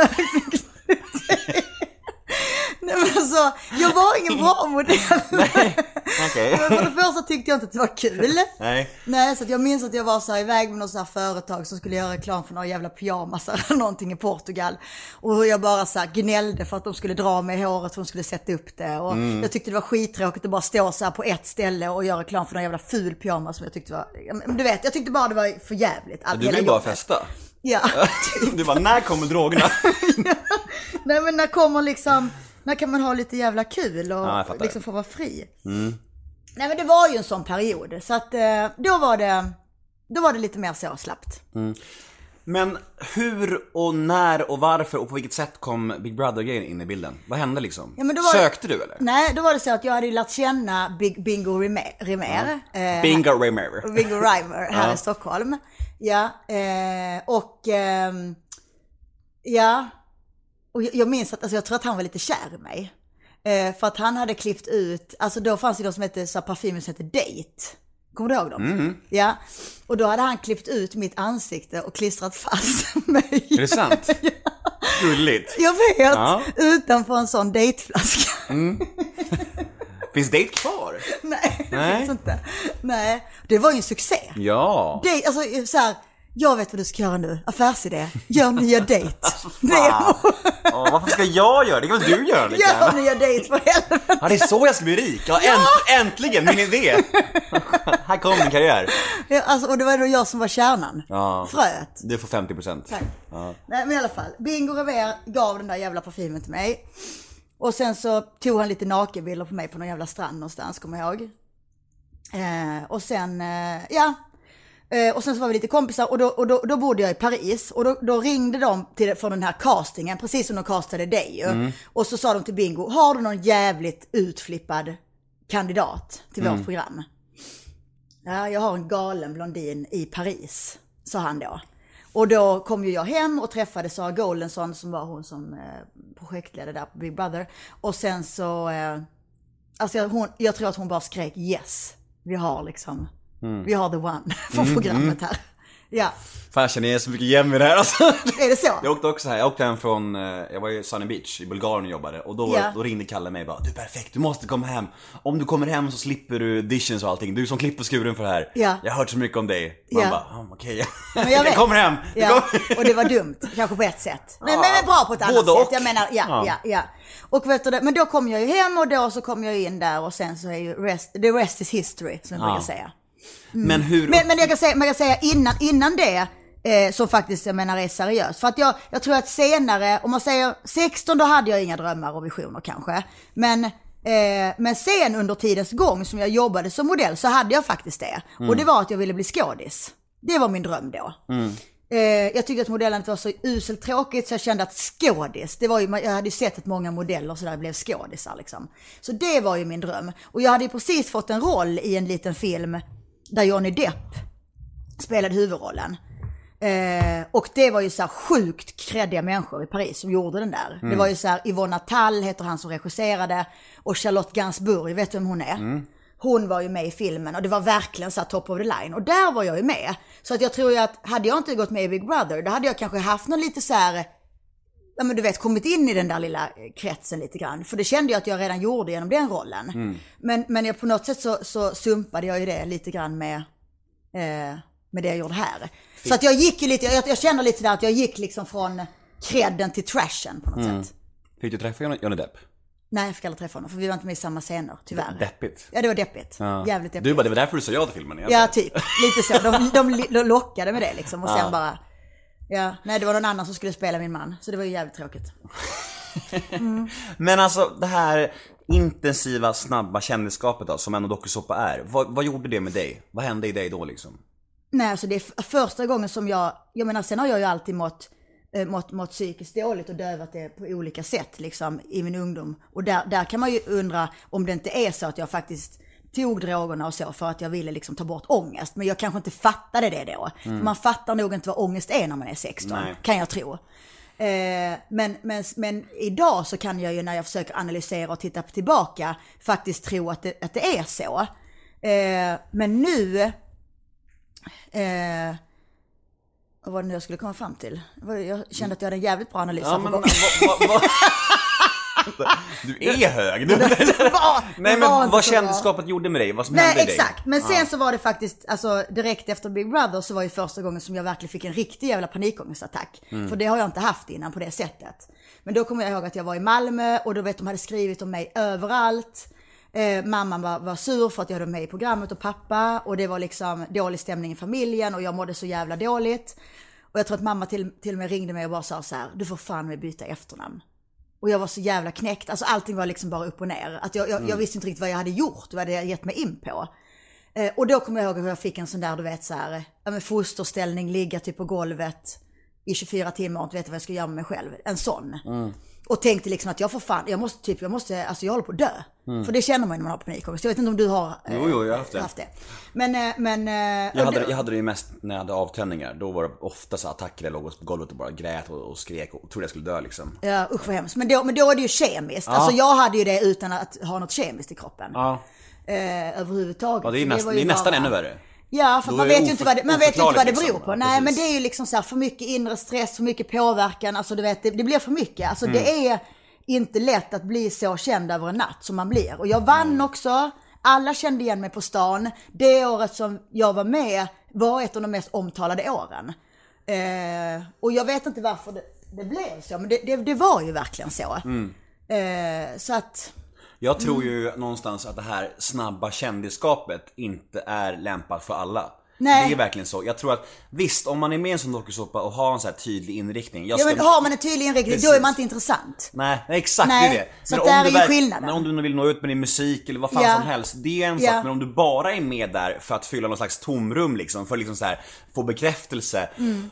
Nej men alltså, jag var ingen bra modell. Nej, okej. Men för det första tyckte jag inte att det var kul. Nej, så att jag minns att jag var så här iväg med något så här företag som skulle göra reklam för några jävla pyjamasar eller någonting i Portugal. Och hur jag bara så här gnällde för att de skulle dra mig i håret för att de skulle sätta upp det. Och jag tyckte det var skittråkigt att bara stå så här på ett ställe och göra reklam för någon jävla ful pyjamas som jag tyckte var... Du vet, jag tyckte bara det var för jävligt. Du vill bara festa? Ja. Du bara, när kommer drogerna? Nej men när kommer liksom... När kan man ha lite jävla kul och Ja, liksom få vara fri. Nej, men det var ju en sån period. Så att då var det lite mer så slappt. Men hur och när och varför och på vilket sätt kom Big Brother-grejen in i bilden? Vad hände liksom? Ja, men Sökte du eller? Nej, då var det så att jag hade lärt känna Bingo Rimér. Bingo Rimér. Bingo Rimér här i Stockholm. Ja, och jag minns att, alltså jag tror att han var lite kär i mig. För att han hade klippt ut, alltså då fanns det något som hette, så parfymen som hette Date. Kommer du ihåg dem? Ja. Och då hade han klippt ut mitt ansikte och klistrat fast mig. Är det sant? Ja. Gulligt. Jag vet, utanför en sån dateflaska. Finns Date kvar? Nej, det finns inte. Nej, det var ju en succé. Ja. Date, alltså så här, jag vet vad du ska göra nu. Affärsidé. Gör nya date. Varför ska jag göra det? Det kan väl du göra lika Gör gärna? nya date för helvete. Ja, det är så jag ska bli rik. Ja, äntligen, min idé. Här kommer min karriär. Ja, alltså, och det var då jag som var kärnan. Ja. Fröet. Du får 50%. Tack. Ja. Nej, men i alla fall. Bingo Rimér gav den där jävla parfymen till mig. Och sen så tog han lite nakenbilder på mig på någon jävla strand någonstans, kommer jag ihåg. Och sen, och sen så var vi lite kompisar och då bodde jag i Paris. Och då ringde de från den här castingen, precis som de castade dig ju. Och så sa de till Bingo, har du någon jävligt utflippad kandidat till vårt program? Ja, jag har en galen blondin i Paris, sa han då. Och då kom ju jag hem och träffade Sara Goldensson som var hon som projektledare där på Big Brother. Och sen så, jag tror att hon bara skrek yes. Vi har liksom, vi har the one för programmet här. Ja. Fan, jag känner igen så mycket igen med det här alltså. Är det så? Jag åkte också här, jag åkte hem från, jag var i Sunny Beach i Bulgarien och jobbade. Och då ringde Kalle mig och bara, du är perfekt, du måste komma hem. Om du kommer hem så slipper du dishes och allting. Du som klipper skuren för det här. Ja. Jag har hört så mycket om dig. Man bara, okej. Men jag kommer hem. Ja. Och det var dumt, kanske på ett sätt. Men bra på ett annat både sätt. och. Jag menar, ja. Och vet du det, men då kom jag ju hem och då så kom jag in där och sen så är ju the rest is history, som jag brukar säga. Men hur... Men man kan säga innan det, som faktiskt jag menar är seriöst. För att jag tror att senare, om man säger 16, då hade jag inga drömmar och visioner kanske. Men sen under tidens gång som jag jobbade som modell så hade jag faktiskt det. Och det var att jag ville bli skådis. Det var min dröm då. Jag tyckte att modellandet var så uselt tråkigt så jag kände att skådis, det var ju, jag hade ju sett att många modeller så där blev skådisar liksom. Så det var ju min dröm. Och jag hade ju precis fått en roll i en liten film där Johnny Depp spelade huvudrollen. Och det var ju så här sjukt kreddiga människor i Paris som gjorde den där. Det var ju så här, Yvonne Attal heter han som regisserade, och Charlotte Gainsbourg, vet du vem hon är? Hon var ju med i filmen och det var verkligen så här top of the line. Och där var jag ju med. Så att jag tror ju att hade jag inte gått med i Big Brother, då hade jag kanske haft någon lite så här, ja men du vet, kommit in i den där lilla kretsen lite grann. För det kände jag att jag redan gjorde genom den rollen. Men jag, på något sätt så sumpade jag ju det lite grann med det jag gjorde här. Så att jag gick ju lite, jag känner lite där att jag gick liksom från credden till trashen på något sätt. Fick du träffa Johnny Depp? Nej, jag fick aldrig träffa honom för vi var inte med i samma scener, tyvärr. Deppigt. Ja, det var deppigt. Ja. Jävligt deppigt. Du bara, det var därför du sa ja till filmen egentligen. Ja, typ. Lite så. De lockade med det liksom. Och sen bara, ja, nej, det var någon annan som skulle spela min man. Så det var ju jävligt tråkigt. Men alltså, det här intensiva, snabba kändisskapet då, som en dokusåpa är. Vad gjorde det med dig? Vad hände i dig då liksom? Nej, alltså det är första gången som jag menar, sen har jag ju alltid mått psykiskt dåligt och dövat det på olika sätt liksom i min ungdom. Och där kan man ju undra om det inte är så att jag faktiskt tog drogerna och så för att jag ville liksom ta bort ångest. Men jag kanske inte fattade det då. För man fattar nog inte vad ångest är när man är 16, kan jag tro. Men idag så kan jag ju, när jag försöker analysera och titta tillbaka, faktiskt tro att det är så. Men nu... vad var det nu jag skulle komma fram till? Jag kände att jag hade en jävligt bra analys. Ja, men du är hög. Nej, men vad kändisskapet gjorde med dig? Vad som hände i dig? Exakt. Men sen så var det faktiskt, alltså direkt efter Big Brother så var ju första gången som jag verkligen fick en riktig jävla panikångestattack. För det har jag inte haft innan på det sättet. Men då kommer jag ihåg att jag var i Malmö och då vet de hade skrivit om mig överallt. Mamma var sur för att jag hade med i programmet och pappa, och det var liksom dålig stämning i familjen och jag mådde så jävla dåligt. Och jag tror att mamma till och med ringde mig och bara sa så här: du får fan med byta efternamn. Och jag var så jävla knäckt. Alltså allting var liksom bara upp och ner. Att jag visste inte riktigt vad jag hade gjort. Vad hade jag gett mig in på. Och då kommer jag ihåg att jag fick en sån där, du vet så här, fosterställning, ligga typ på golvet i 24 timmar och inte vet vad jag ska göra med mig själv. En sån. Och tänkte liksom att jag måste, alltså jag håller på att dö. För det känner man när man har panikångest. Jag vet inte om du har Jo, jag har haft det. Men jag hade det ju mest när jag hade avtändningar. Då var det ofta så attacker, jag låg på golvet och bara grät och skrek och trodde jag skulle dö liksom. Ja, usch vad hemskt. Men då är det ju kemiskt. Ja. Alltså jag hade ju det utan att ha något kemiskt i kroppen. Ja. Överhuvudtaget. Ja, det är nästan ännu värre. Ja, för man vet ju inte vad det beror på. Nej, precis. Men det är ju liksom så här, för mycket inre stress, för mycket påverkan. Alltså du vet, det blir för mycket. Alltså det är inte lätt att bli så känd över en natt som man blir. Och jag vann också. Alla kände igen mig på stan. Det året som jag var med var ett av de mest omtalade åren. Och jag vet inte varför det blev så. Men det var ju verkligen så. Så att... Jag tror ju någonstans att det här snabba kändisskapet inte är lämpat för alla. Nej. Det är verkligen så. Jag tror att visst, om man är med i en sån dokusåpa och har en så här tydlig inriktning. Men har man en tydlig inriktning, då är man inte intressant. Nej, exakt. Nej, det är det. Så men där är ju skillnaden. Men om du vill nå ut med din musik eller vad fan som helst, det är en sak. Men om du bara är med där för att fylla någon slags tomrum liksom, för liksom så här, få bekräftelse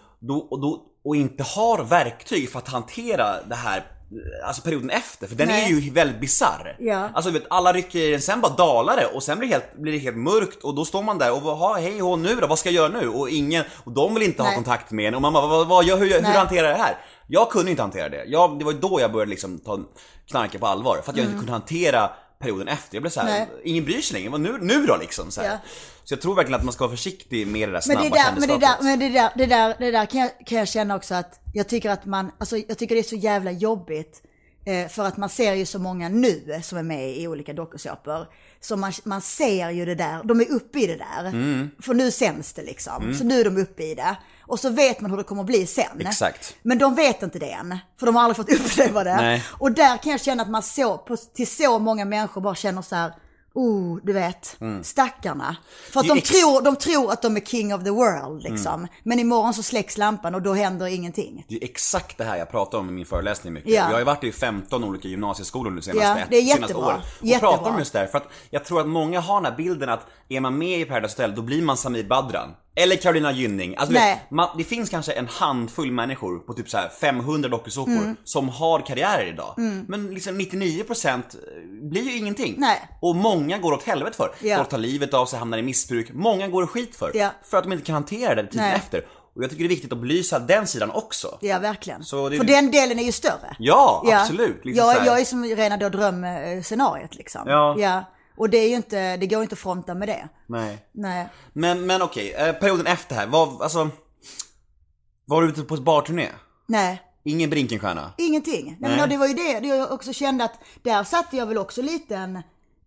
och inte har verktyg för att hantera det här, alltså perioden efter, för den är ju väldigt bizarr. Alltså vet, alla rycker i den, sen bara dalar det och sen blir det helt mörkt och då står man där och hej nu då, vad ska jag göra nu? Och de vill inte ha kontakt med en och man bara, hur hanterar det här? Jag kunde inte hantera det. Det var då jag började liksom ta knarka på allvar, för att jag inte kunde hantera perioden efter. Jag blev så här, ingen bryr sig längre. Nu då liksom så här. Så jag tror verkligen att man ska vara försiktig med det där snabba kändisskapet. Men det där kan jag känna också att jag tycker att jag tycker det är så jävla jobbigt. För att man ser ju så många nu som är med i olika dokusåpor. Så man ser ju det där, de är uppe i det där. För nu sänds det liksom. Så nu är de uppe i det. Och så vet man hur det kommer att bli sen. Exakt. Men de vet inte det än. För de har aldrig fått uppleva det. Nej. Och där kan jag känna att man till så många människor bara känner så här. Du vet, stackarna. För att de tror att de är king of the world liksom. Men imorgon så släcks lampan och då händer ingenting. Det är exakt det här jag pratar om i min föreläsning mycket. Jag har ju varit i 15 olika gymnasieskolor nu senaste åren. Och pratar om just det här, för att jag tror att många har den här bilden att är man med i Paradise Hotel, då blir man Samir Badran. Eller Carolina Gynning. Alltså, det finns kanske en handfull människor på typ så här 500 dokusåpor som har karriärer idag. Men liksom 99% blir ju ingenting. Nej. Och många går åt helvete för. Folk tar livet av sig, hamnar i missbruk. Många går skit för. För att de inte kan hantera det tiden efter. Och jag tycker det är viktigt att belysa den sidan också. Ja, verkligen. För den delen är ju större. Ja, absolut. Liksom jag är som rena då drömscenariet liksom. Ja. Och det är ju inte, det går inte att fronta med det. Nej. Men okej, perioden efter här, var du ute på ett barturné? Nej. Ingen Brinkenstjärna? Ingenting. Nej. Men det var ju det jag också kände att där satte jag väl också lite en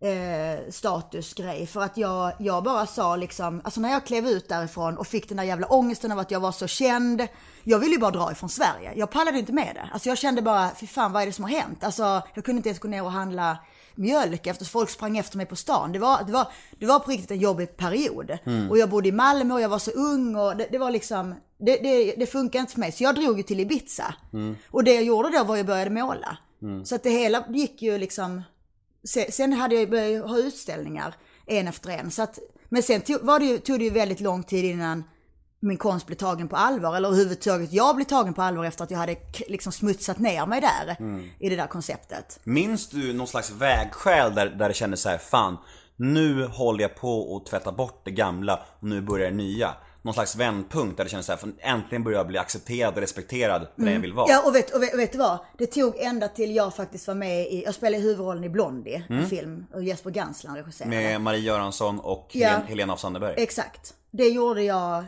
statusgrej. För att jag bara sa liksom, alltså när jag klev ut därifrån och fick den där jävla ångesten av att jag var så känd. Jag ville ju bara dra ifrån Sverige. Jag pallade inte med det. Alltså jag kände bara, fy fan, vad är det som har hänt? Alltså jag kunde inte ens gå ner och handla mjölk efter folk sprang efter mig på stan. Det var på riktigt en jobbig period. Och jag bodde i Malmö och jag var så ung och det var liksom det funkar inte för mig. Så jag drog ju till Ibiza. Och det jag gjorde då var att jag började måla. Så att det hela gick ju liksom. Sen hade jag börjat ha utställningar en efter en. Så att, men sen tog det ju väldigt lång tid innan min konst blev tagen på allvar. Eller överhuvudtaget jag blev tagen på allvar efter att jag hade liksom smutsat ner mig där i det där konceptet. Minns du någon slags vägskäl där det kändes så här, fan, nu håller jag på att tvätta bort det gamla och nu börjar det nya? Någon slags vändpunkt där det kändes så här, för äntligen börjar jag bli accepterad och respekterad för det jag vill vara. Ja, och vet du vad? Det tog ända till jag faktiskt var med i, jag spelade huvudrollen i Blondie, en film, och Jesper Gansland regisserade. Med Marie Göransson och Helena af Sandeberg. Exakt. Det gjorde jag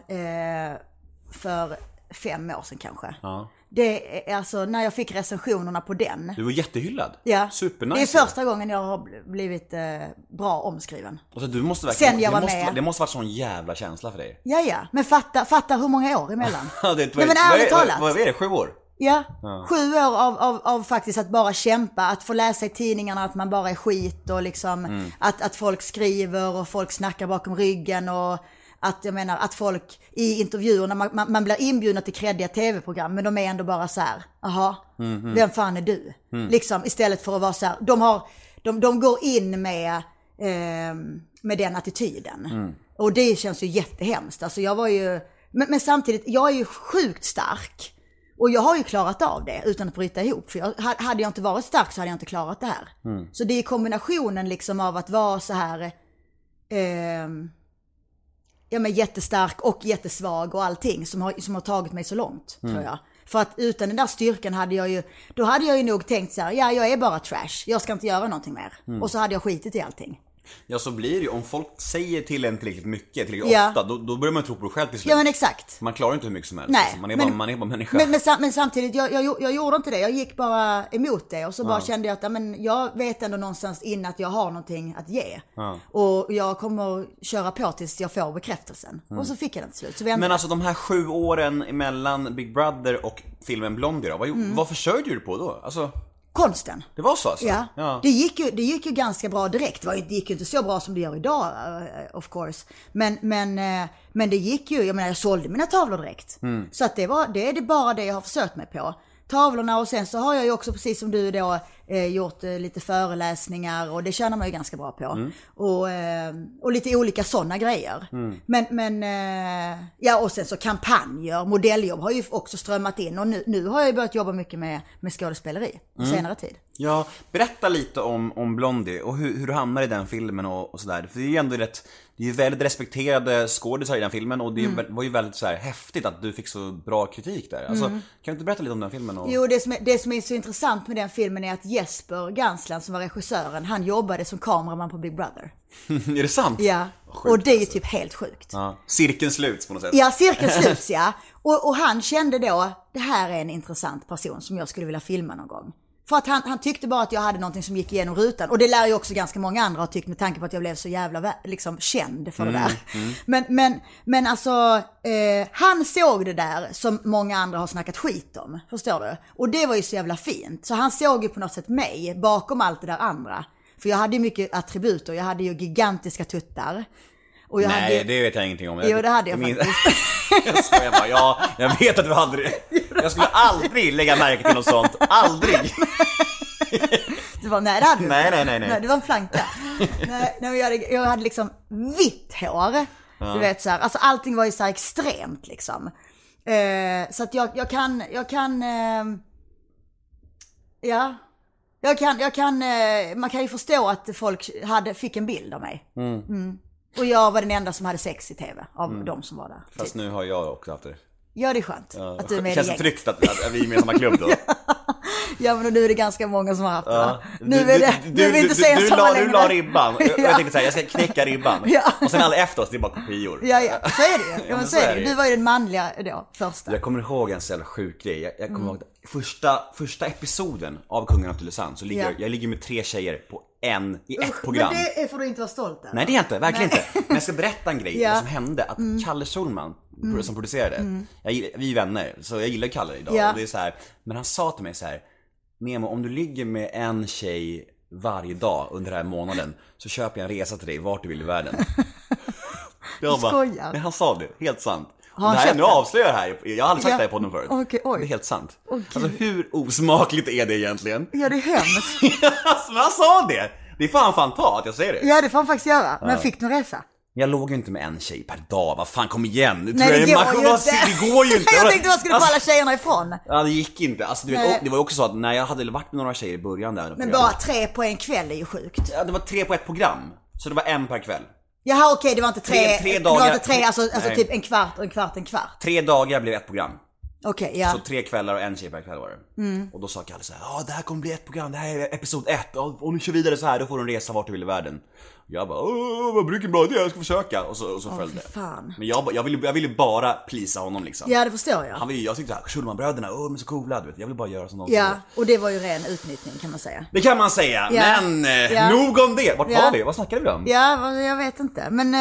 för 5 år sedan kanske. Ja. Det är alltså när jag fick recensionerna på den. Du var jättehyllad. Ja. Supernice. Det är första gången jag har blivit bra omskriven. Alltså, du måste verkligen, sen jag var med. Det måste varit sån jävla känsla för dig. Ja. Men fatta hur många år emellan. Men ärligt talat. Vad är det? 7 år? Ja. 7 år av faktiskt att bara kämpa. Att få läsa i tidningarna att man bara är skit. Och liksom att folk skriver och folk snackar bakom ryggen. Och Att jag menar att folk i intervjuerna, man blir inbjudna till kreddiga tv-program, men de är ändå bara så här, jaha, vem fan är du? Liksom, istället för att vara så här, de går in med den attityden. Och det känns ju jättehemskt. Alltså jag var ju, men samtidigt, jag är ju sjukt stark. Och jag har ju klarat av det utan att bryta ihop. För hade jag inte varit stark så hade jag inte klarat det här. Så det är kombinationen liksom av att vara så här men jättestark och jättesvag och allting som har tagit mig så långt, tror jag. För att utan den där styrkan hade jag ju nog tänkt så här, ja, jag är bara trash, jag ska inte göra någonting mer. Och så hade jag skitit i allting. Ja, så blir det ju. Om folk säger till en tillräckligt mycket, tillräckligt ofta, då börjar man tro på det själv till slut. Ja, men exakt. Man klarar inte hur mycket som helst. Nej, alltså. Man är bara människa. Men samtidigt, jag gjorde inte det. Jag gick bara emot det. Och så bara kände jag att jag vet ändå någonstans in att jag har någonting att ge. Och jag kommer köra på tills jag får bekräftelsen. Och så fick jag den till slut. Men alltså de här 7 åren mellan Big Brother och filmen Blondie då, vad försörjde du på då? Alltså... konsten. Det var så alltså? Ja. Det gick ju ganska bra direkt. Det gick ju inte så bra som det gör idag, of course. Men det gick ju, jag sålde mina tavlor direkt. Så att det är bara det jag har försökt mig på. Tavlorna, och sen så har jag ju också, precis som du då, gjort lite föreläsningar, och det tjänar man ju ganska bra på. Och lite olika sådana grejer. Men och sen så kampanjer, modelljobb har ju också strömmat in, och nu har jag ju börjat jobba mycket med skådespeleri på senare tid. Ja, berätta lite om Blondie och hur du hamnar i den filmen och sådär. För det är ju ändå det är ju väldigt respekterade skådespelare i den filmen, och det var ju väldigt så här häftigt att du fick så bra kritik där. Alltså, kan du inte berätta lite om den filmen? Jo, det som är så intressant med den filmen är att Jesper Gansland, som var regissören, han jobbade som kameraman på Big Brother. Är det sant? Ja, sjukt, och det är ju typ helt sjukt. Ja. Cirkeln sluts på något sätt. Ja, cirkeln sluts, ja. Och han kände då, det här är en intressant person som jag skulle vilja filma någon gång. För att han tyckte bara att jag hade någonting som gick igenom rutan. Och det lär ju också ganska många andra ha tyckt, med tanke på att jag blev så jävla liksom känd för det där. Men alltså, han såg det där som många andra har snackat skit om. Förstår du? Och det var ju så jävla fint. Så han såg ju på något sätt mig bakom allt det där andra. För jag hade ju mycket attributer. Jag hade ju gigantiska tuttar. Och det vet jag ingenting om. Jo, det hade jag faktiskt. Jag skojar bara, jag vet att du hade det. Jag skulle aldrig lägga märke till något sånt. Aldrig. Det var, nej, det hade du. Nej. Det var en flanka. Nej, jag hade liksom vitt hår. Du vet så här, alltså allting var ju så här extremt liksom. Så att jag kan man kan ju förstå att folk fick en bild av mig. Och jag var den enda som hade sex i tv av de som var där. Fast nu har jag också haft det. Ja, det är skönt att du är med i gänget. Känns det tryggt att vi är med i samma klubb då? Ja, men nu är det ganska många som har haft det. Nu är vi inte så ensamma längre. Du la ribban. Jag tänkte säga, jag ska knäcka ribban. Och sen alla efter oss, det är bara kopior. Ja, så är det ju. Ja, men så är det. Du var ju den manliga då, första. Jag kommer ihåg en så jävla sjuk grej. Jag kommer ihåg första episoden av Kungen av Tylösand, så jag ligger med 3 tjejer på i ett program. Men det får du inte vara stolt över. Nej, det är jag inte, verkligen inte. Men jag ska berätta en grej som hände. Att Kalle Schulman, som producerade, vi är vänner, så jag gillar Kalle idag. Och det är så här, men han sa till mig så här: Nemo, om du ligger med en tjej varje dag under den här månaden, så köper jag en resa till dig vart du vill i världen. Jag bara, men han sa det, helt sant. Det här, nu avslöjar jag här. Jag har aldrig sagt det här på podden förut. Okay, det är helt sant. Alltså hur osmakligt är det egentligen? Ja, det är hemskt. Alltså, han sa det. Det är fan ta att jag säger det. Ja, det får han faktiskt göra. Men fick du en resa? Jag låg ju inte med en tjej per dag. Vad fan, kom igen. Nej, det går ju inte. Jag tänkte man skulle få alla tjejerna ifrån. Ja, det gick inte. Alltså, du vet, det var ju också så att när jag hade varit med några tjejer i början där. Men bara 3 på en kväll är ju sjukt. Ja, det var 3 på ett program. Så det var 1 per kväll. Jaha, okej, det var inte 3 dagar. Det var inte 3, alltså typ en kvart. 3 dagar blev ett program. Okej, ja. Så 3 kvällar och 1 tjej per kväll var det. Och då sa Kalle så här: det här kommer bli ett program, det här är episod 1. Och nu kör vidare så här, då får du en resa vart du vill i världen. Jag bara, vad brukar bra det, jag ska försöka. Och så följde det. Fan. Men jag ville bara plisa honom liksom. Ja, det förstår jag. Jag tyckte såhär, Schulman-bröderna, de är så coola, du vet. Jag vill bara göra som de. Ja, och det var ju ren utnyttning, kan man säga. Det kan man säga, men nog om det. Vart var vi? Vad snackade vi om? Ja, jag vet inte, men...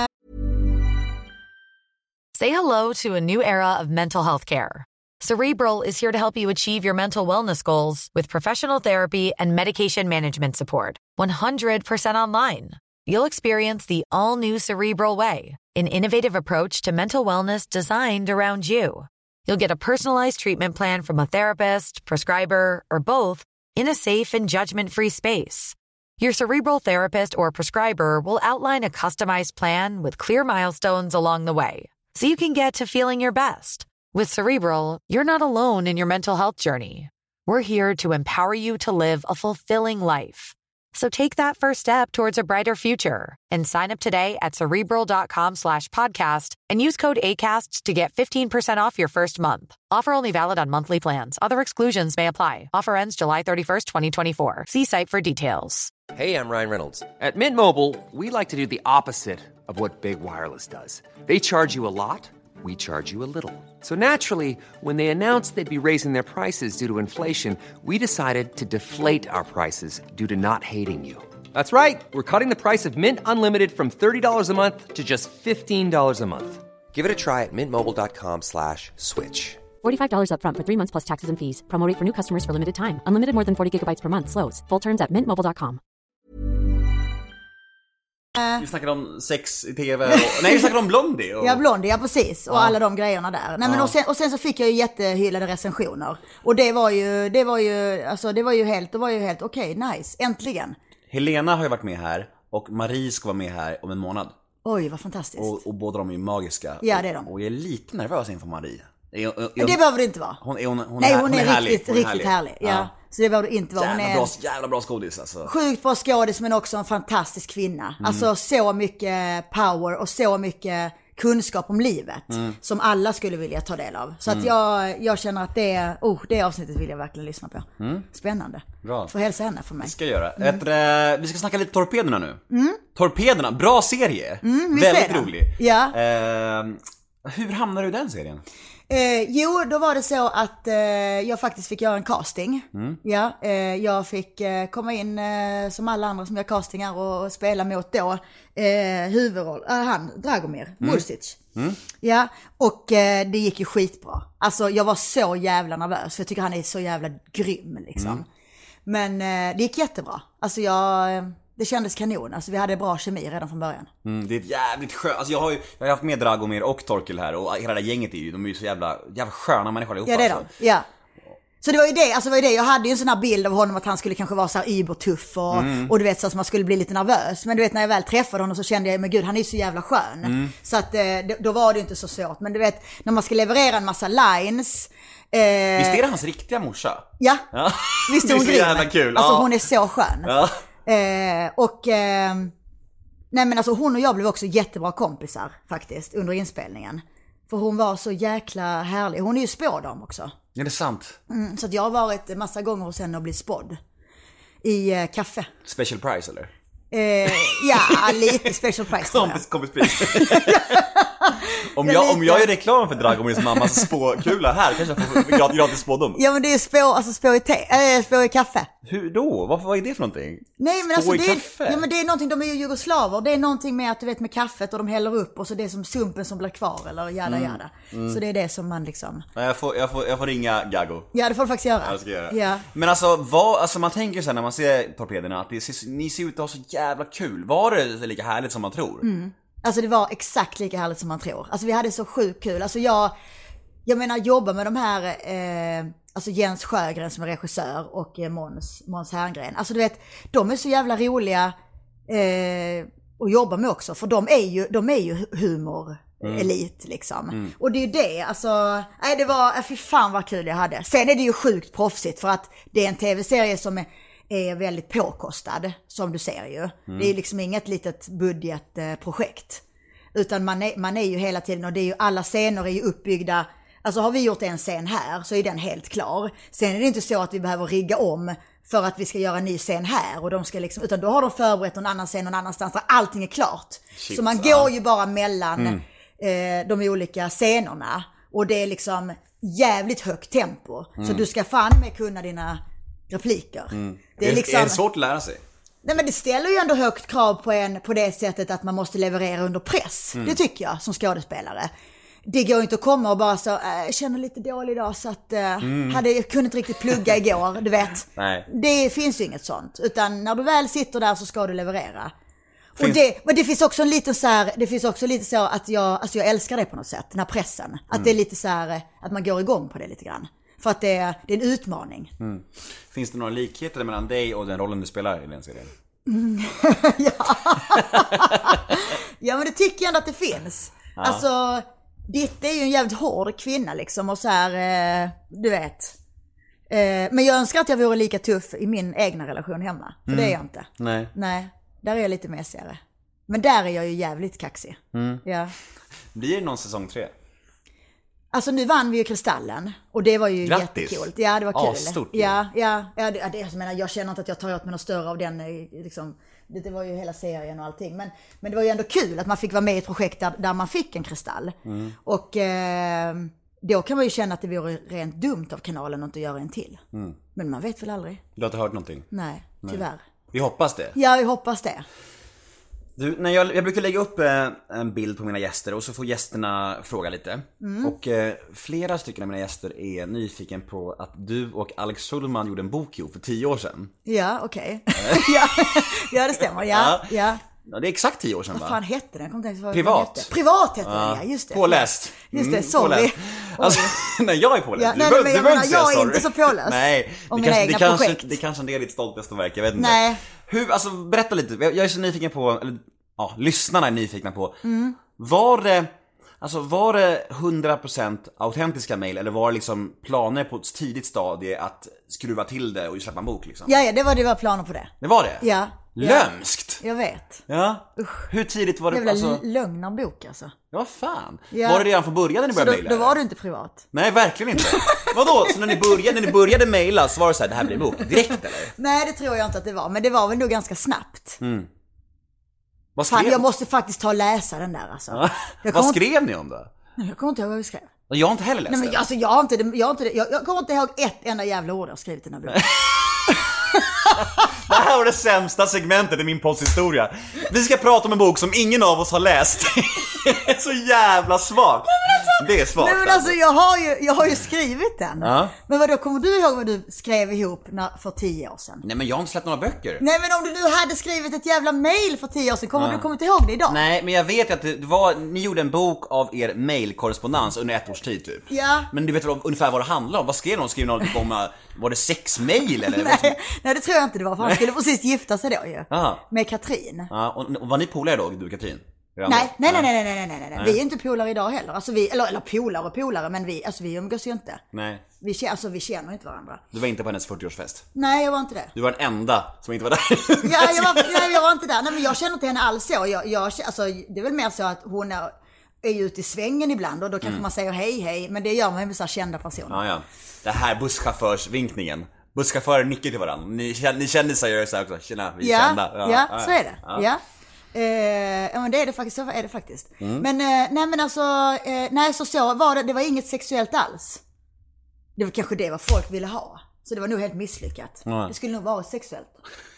Say hello to a new era of mental health care. Cerebral is here to help you achieve your mental wellness goals with professional therapy and medication management support. 100% online. You'll experience the all-new Cerebral way, an innovative approach to mental wellness designed around you. You'll get a personalized treatment plan from a therapist, prescriber, or both in a safe and judgment-free space. Your Cerebral therapist or prescriber will outline a customized plan with clear milestones along the way, so you can get to feeling your best. With Cerebral, you're not alone in your mental health journey. We're here to empower you to live a fulfilling life. So take that first step towards a brighter future and sign up today at Cerebral.com/podcast and use code ACAST to get 15% off your first month. Offer only valid on monthly plans. Other exclusions may apply. Offer ends July 31st, 2024. See site for details. Hey, I'm Ryan Reynolds. At Mint Mobile, we like to do the opposite of what Big Wireless does. They charge you a lot. We charge you a little. So naturally, when they announced they'd be raising their prices due to inflation, we decided to deflate our prices due to not hating you. That's right. We're cutting the price of Mint Unlimited from $30 a month to just $15 a month. Give it a try at mintmobile.com/switch. $45 up front for 3 months plus taxes and fees. Promo rate for new customers for limited time. Unlimited more than 40 gigabytes per month. Slows full terms at mintmobile.com. Vi snackade om sex i tv och... Nej, vi snackade om Blondie och... Ja, Blondie, ja precis. Och alla de grejerna där. Nej, men och sen så fick jag ju jättehyllade recensioner. Och det var ju helt okej, nice, äntligen. Helena har ju varit med här och Marie ska vara med här om en månad. Oj, vad fantastiskt. Och båda de är ju magiska. Ja, det är de. Och jag är lite nervös inför Marie. Det behöver det inte vara. Hon är riktigt härlig. Ja. Så det behöver det inte vara. Hon är jävla bra skådis alltså. Sjukt bra skådis, men också en fantastisk kvinna. Alltså så mycket power och så mycket kunskap om livet som alla skulle vilja ta del av. Så att jag känner att det avsnittet vill jag verkligen lyssna på. Spännande. Bra. Får hälsa henne för mig. Vi ska göra. Vi ska snacka lite Torpederna nu. Torpederna, bra serie. Väldigt rolig. Ja. Hur hamnar du i den serien? Jo, då var det så att jag faktiskt fick göra en casting. Ja, jag fick komma in som alla andra som gör castingar och spela mot då huvudroll, Dragomir Mursic. Ja, och det gick ju skitbra. Alltså jag var så jävla nervös för jag tycker han är så jävla grym liksom. Men det gick jättebra. Alltså det kändes kanon. Alltså vi hade bra kemi redan från början. Det är ett jävligt skönt. Alltså jag har haft med Dragomir och Torkel här och hela det gänget är ju, de är ju så jävla sköna människor allihopa. Ja, det är de. Ja. Så det var ju det, alltså var ju det. Jag hade ju en sån här bild av honom att han skulle kanske vara så här übertuff och du vet så att man skulle bli lite nervös. Men du vet när jag väl träffade honom så kände jag, men gud, han är ju så jävla skön. Så att då var det ju inte så svårt. Men du vet, när man ska leverera en massa lines. Visst är det hans riktiga morsa? Ja. Visst är hon så jävla kul. Alltså hon är så skön. Ja. Nej men alltså hon och jag blev också jättebra kompisar faktiskt under inspelningen. För hon var så jäkla härlig. Hon är ju spådam också. Är det sant? Så att jag har varit massa gånger hos henne och blivit spådd i kaffe. Special price eller? Ja, lite special price. Kompispris. Om jag gör reklam för Dragomirs mammas spåkula här kanske jag får gratis spådom. Ja men det är spå i kaffe. Hur då? Vad är det för någonting? Nej men alltså det är någonting, de är ju jugoslaver. Det är någonting med att du vet med kaffet och de häller upp och så det är som sumpen som blir kvar eller jada. Så det är det som man liksom. Jag får ringa Gago. Ja, det får du faktiskt göra. Jag ska göra. Ja. Men alltså man tänker så här när man ser Torpederna att ni ser ut att ha så jävla kul. Var det lika härligt som man tror? Alltså det var exakt lika härligt som man tror. Alltså vi hade så sjukt kul. Alltså jag menar jobba med de här alltså Jens Sjögren som är regissör och Måns Herngren. Alltså du vet, de är så jävla roliga att jobba med också. För de är ju humor elit liksom. Och det är ju det, alltså det var, fy fan vad kul jag hade. Sen är det ju sjukt proffsigt för att det är en tv-serie som är väldigt påkostad, som du ser ju. Det är liksom inget litet budgetprojekt. Utan man är ju hela tiden, och det är ju, alla scener är ju uppbyggda. Alltså har vi gjort en scen här så är den helt klar. Sen är det inte så att vi behöver rigga om för att vi ska göra en ny scen här. Och de ska liksom, utan då har de förberett någon annan scen någon annanstans där allting är klart. Shit, så man går ju bara mellan de olika scenerna. Och det är liksom jävligt högt tempo. Så du ska fan med kunna dina repliker. Det är liksom, är det svårt att lära sig? Nej men det ställer ju ändå högt krav på det sättet att man måste leverera under press. Det tycker jag som skådespelare. Det går ju inte att komma och bara så jag känner lite dålig idag så att jag kunde inte riktigt plugga igår, du vet. Nej. Det finns ju inget sånt, utan när du väl sitter där så ska du leverera. Men det finns också en liten så här, det finns också lite så att jag älskar det på något sätt, den här pressen. Att det är lite så här, att man går igång på det lite grann. För att det är en utmaning. Finns det några likheter mellan dig och den rollen du spelar i den serien? Ja, men det tycker jag ändå att det finns. Ja. Alltså, Ditte är ju en jävligt hård kvinna liksom. Och så här, du vet. Men jag önskar att jag vore lika tuff i min egna relation hemma. För det är jag inte. Nej, där är jag lite mesigare. Men där är jag ju jävligt kaxig. Ja. Blir det någon säsong 3? Alltså nu vann vi ju Kristallen. Och det var ju Grattis. Jättekul. Ja, det var kul. Stort. Ja, jag känner inte att jag tar åt mig något större av den liksom. Det var ju hela serien och allting. Men det var ju ändå kul att man fick vara med i ett projekt där man fick en kristall. Och då kan man ju känna att det vore rent dumt av kanalen att inte göra en till. Men man vet väl aldrig. Du har inte hört någonting? Nej, tyvärr. Vi hoppas det. Ja, vi hoppas det. Du, när jag brukar lägga upp en bild på mina gäster och så får gästerna fråga lite. Och flera stycken av mina gäster är nyfiken på att du och Alex Schulman gjorde en bok för 10 år sedan. Ja, okej. Ja, det stämmer. Ja. Ja, det är exakt 10 år sedan, va? Vad fan hette den? Privat. Privat hette den, ja, just det. Påläst. Just det, sorry. Alltså, nej, jag är påläst. Ja, jag är inte så påläst. Nej, det kanske är ditt stoltaste verk, jag vet inte. Nej. Alltså, berätta lite. Jag är så nyfiken på, eller ja, lyssnarna är nyfikna på. Var det 100% autentiska mejl, eller var det liksom planer på ett tidigt stadie att skruva till det och släppa en bok liksom? Ja, det var planer på det. Det var det? Ja. Lömskt. Jag vet. Ja. Hur tidigt var det? Det är väl en lögnarbok alltså. Ja, fan. Ja. Var det redan från början när ni började mejla? Då var du inte privat. Nej, verkligen inte. Vadå? Så när ni började mejla så var det så här, det här blir en bok direkt eller? Nej, det tror jag inte att det var, men det var väl nog ganska snabbt. Fan, jag måste faktiskt ta och läsa den där alltså. Vad skrev ni om då? Jag kommer inte ihåg vad vi skrev. Jag har inte heller läst det. Nej, men alltså, jag kommer inte ihåg ett enda jävla ord jag har skrivit i den här boken. Det här var det sämsta segmentet i min poddhistoria. Vi ska prata om en bok som ingen av oss har läst. Så jävla svagt. Det är svagt. Nej, men alltså jag har ju skrivit den. Men vadå, kommer du ihåg vad du skrev ihop för 10 år sedan? Nej, men jag har inte släppt några böcker. Nej, men om du nu hade skrivit ett jävla mail för 10 år sedan, kommer du inte ihåg det idag? Nej, men jag vet att ni gjorde en bok av er mailkorrespondens under 1 års tid typ. Ja. Men du vet väl ungefär vad det handlar om? Vad skrev de? Skrev något om, var det sexmail eller? Nej, det tror jag inte det var, för han skulle precis gifta sig då ju. Med Katrin. Ja, och var ni polare då, du och Katrin? Nej. Vi är inte polare idag heller. Alltså eller polare, men vi umgås ju inte. Nej. Vi känner inte varandra. Du var inte på hennes 40-årsfest? Nej, jag var inte det. Du var den enda som inte var där. jag var inte där. Nej, men jag känner inte henne alls så. Alltså, det är väl mer så att hon är ju ute i svängen ibland och då kanske man säger hej, men det gör man med så här kända personer. Ja. Det här busschaufförsvinkningen. Busschaufförer nickar till varandra. Ni känner sig så här också. Tjena, vi är kända. Ja, så är det. Ja. Men det är det faktiskt, så är det faktiskt. Men nej, men alltså så var det var inget sexuellt alls. Det var kanske det vad folk ville ha. Så det var nog helt misslyckat. Det skulle nog vara sexuellt.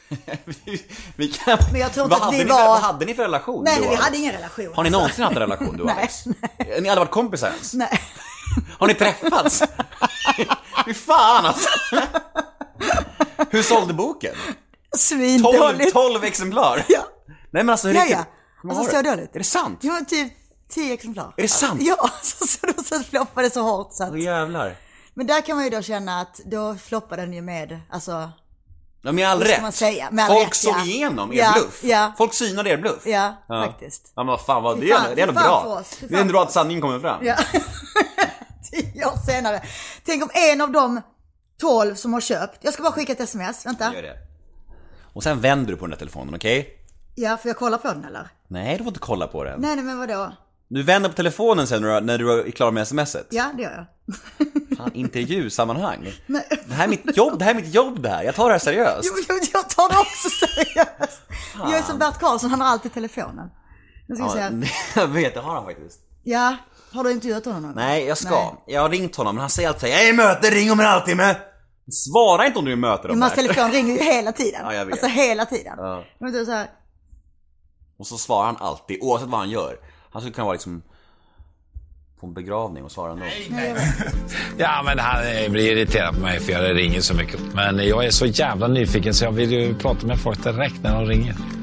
Men jag tror inte att vad hade ni för relation? Nej, vi hade ingen relation. Har ni någonsin haft en relation du och Alex? Ni hade varit kompisar ens? Nej. Har ni träffats? Fy fan alltså. Hur sålde boken? Svindåligt. 12 exemplar? Ja. Nej, men alltså Ja. Alltså så dåligt. Är det sant? Jo, typ 10 exemplar. Är det sant? Ja, så floppade så hårt så att... Jävlar. Men där kan man ju då känna att då floppade den ju med, alltså... Ja, med all rätt. Man säga? Med all folk rätt, såg igenom er bluff. Ja. Folk synade er bluff. Ja, faktiskt. Ja, men vad fan, det är ändå bra. Det är ändå bra att sanningen kommer fram. Ja. 10 år senare. Tänk om en av de 12 som har köpt. Jag ska bara skicka ett sms, vänta. Gör det. Och sen vänder du på den där telefonen, okej? Ja, får jag kolla på den eller? Nej, du får inte kolla på den. Nej, men vadå? Du vänder på telefonen sen när du är klar med smset. Ja, det gör jag. Fan, intervjusammanhang. Nej. Det här är mitt jobb det här. Jag tar det här seriöst. Jo, jag tar det också seriöst. Jag är som Bert Karlsson, han har alltid telefonen. Jag vet, det har han faktiskt. Ja, har du intervjuat honom någon? Nej, jag ska. Nej. Jag har ringt honom, men han säger alltid: jag är i möte, ring om en halvtimme. Svara inte om du är i möte. Men hans telefon ringer ju hela tiden. Ja, jag vet. Alltså hela tiden. Ja. Men det är så här... Och så svarar han alltid, oavsett vad han gör. Han skulle kunna vara liksom på en begravning och svara nej. Ja, men han blir irriterad på mig för jag ringer så mycket. Men jag är så jävla nyfiken så jag vill ju prata med folk direkt när de ringer.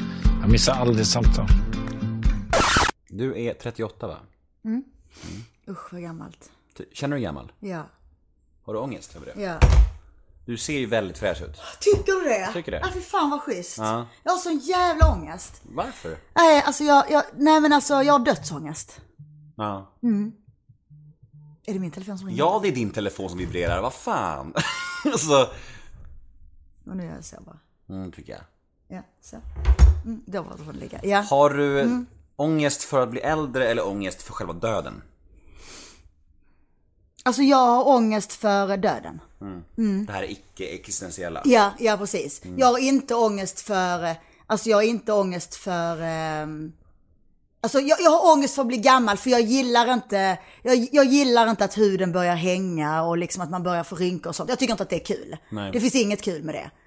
Jag missar aldrig samtal. Du är 38, va? Usch, vad gammalt. Känner du gammal? Ja. Har du ångest över det? Ja. Du ser ju väldigt fräsch ut. Tycker du det? Tycker det. Ja, fy fan vad schysst. Ja. Jag har sån jävla ångest. Varför? Nej, alltså jag har dödsångest. Ja. Är det min telefon som ringer? Ja, det är din telefon som vibrerar. Vad fan? Alltså... Och nu gör jag så bara. Tycker jag. Ja, så. Då var det får det ligga. Ja. Har du ångest för att bli äldre eller ångest för själva döden? Alltså jag har ångest för döden. Det här är icke-existentiella. Ja, precis. Jag har inte ångest för... Alltså jag har inte ångest för... Alltså jag har ångest för att bli gammal, för jag gillar inte att huden börjar hänga och liksom att man börjar få rynkor och sånt. Jag tycker inte att det är kul. Nej. Det finns inget kul med det.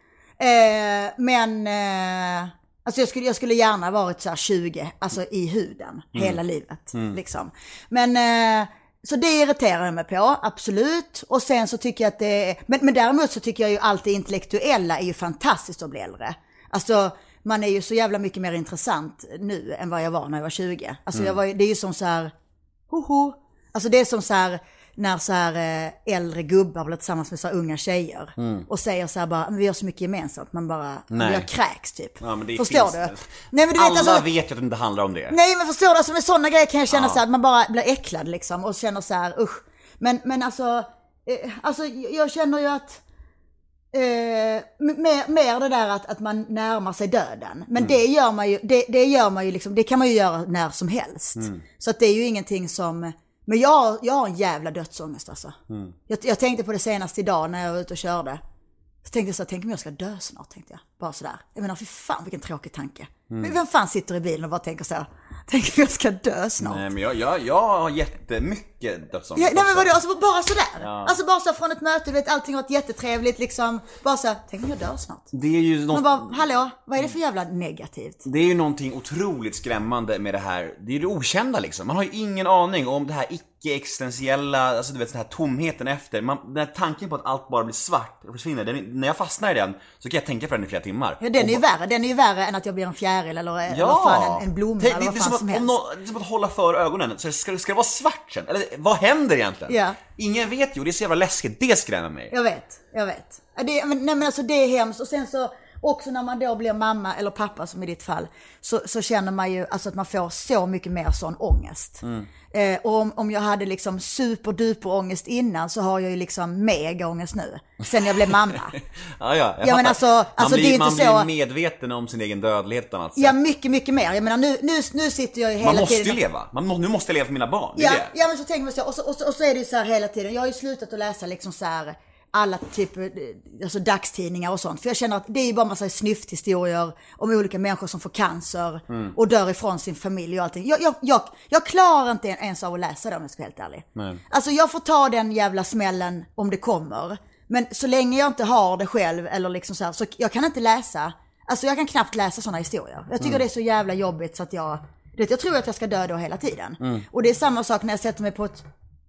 Alltså jag skulle gärna varit så här 20, alltså i huden hela livet liksom. Men så det irriterar jag mig på, absolut. Och sen så tycker jag att det är, men däremot så tycker jag ju allt det intellektuella är ju fantastiskt att bli äldre. Alltså man är ju så jävla mycket mer intressant nu än vad jag var när jag var 20. Alltså det är ju som så här alltså det är som så här när så här äldre gubbar blir tillsammans med så här unga tjejer och säger så här bara, men vi har så mycket gemensamt, man bara, vi har kräks typ. Ja, men det förstår finns du? det. Nej, men du vet, Alla alltså, vet ju att det inte handlar om det. nej, men förstår du, alltså med sådana grejer kan jag känna så här att man bara blir äcklad liksom och känner så här, usch. Men alltså jag känner ju att mer det där att man närmar sig döden. Men det gör man ju liksom, det kan man ju göra när som helst. Så att det är ju ingenting som... Men jag har en jävla dödsångest alltså. Jag tänkte på det senast idag när jag var ute och körde. Så tänkte jag så här, tänk om jag ska dö snart, tänkte jag. Bara sådär. Jag menar, fy fan vilken tråkig tanke. Men vem fan sitter i bilen och bara tänker så här, tänk om jag ska dö snart. Nej, men jag har jättemycket dödsångest. Nej, men vadå, alltså bara sådär. Ja. Alltså bara så från ett möte, du vet, allting har varit jättetrevligt liksom. Bara så här, tänk om jag dör snart. Det är ju Man bara, hallå, vad är det för jävla negativt? Det är ju någonting otroligt skrämmande med det här. Det är ju det okända liksom. Man har ju ingen aning om det här icke-existentiella, alltså du vet, den här tomheten efter. Den här tanken på att allt bara blir svart och försvinner. När jag fastnar i den så kan jag tänka på den i flera timmar. Ja, den är ju värre än att jag blir en fjäril eller vad fan, en blomma eller vad fan som helst. Det är som att hålla för ögonen. Så ska det vara svart sen? Eller vad händer egentligen? Ja. Ingen vet ju, det är så jävla läskigt. Det skrämmer mig. Jag vet. Nej, men alltså det är hemskt. Och sen så också när man då blir mamma eller pappa som i ditt fall, så känner man ju alltså att man får så mycket mer sån ångest. Och om jag hade liksom superduper ångest innan, så har jag ju liksom mega ångest nu sen jag blev mamma. ja, men alltså det är inte man så... blir medveten om sin egen dödlighet på något sätt. Ja, mycket mer. Jag menar nu sitter jag ju hela tiden... Man måste ju leva. Nu måste jag leva för mina barn. Det är det. Ja, men så tänker man så. Och så är det ju så här hela tiden. Jag har ju slutat att läsa liksom så här alla typer, alltså dagstidningar och sånt. För jag känner att det är ju bara massa snyfthistorier om olika människor som får cancer och dör ifrån sin familj och allting. Jag klarar inte ens av att läsa det, om jag ska vara helt ärlig. Nej. Alltså jag får ta den jävla smällen om det kommer. Men så länge jag inte har det själv eller liksom så här, så jag kan inte läsa. Alltså jag kan knappt läsa såna historier. Jag tycker det är så jävla jobbigt så att jag tror att jag ska dö då hela tiden. Och det är samma sak när jag sätter mig på ett...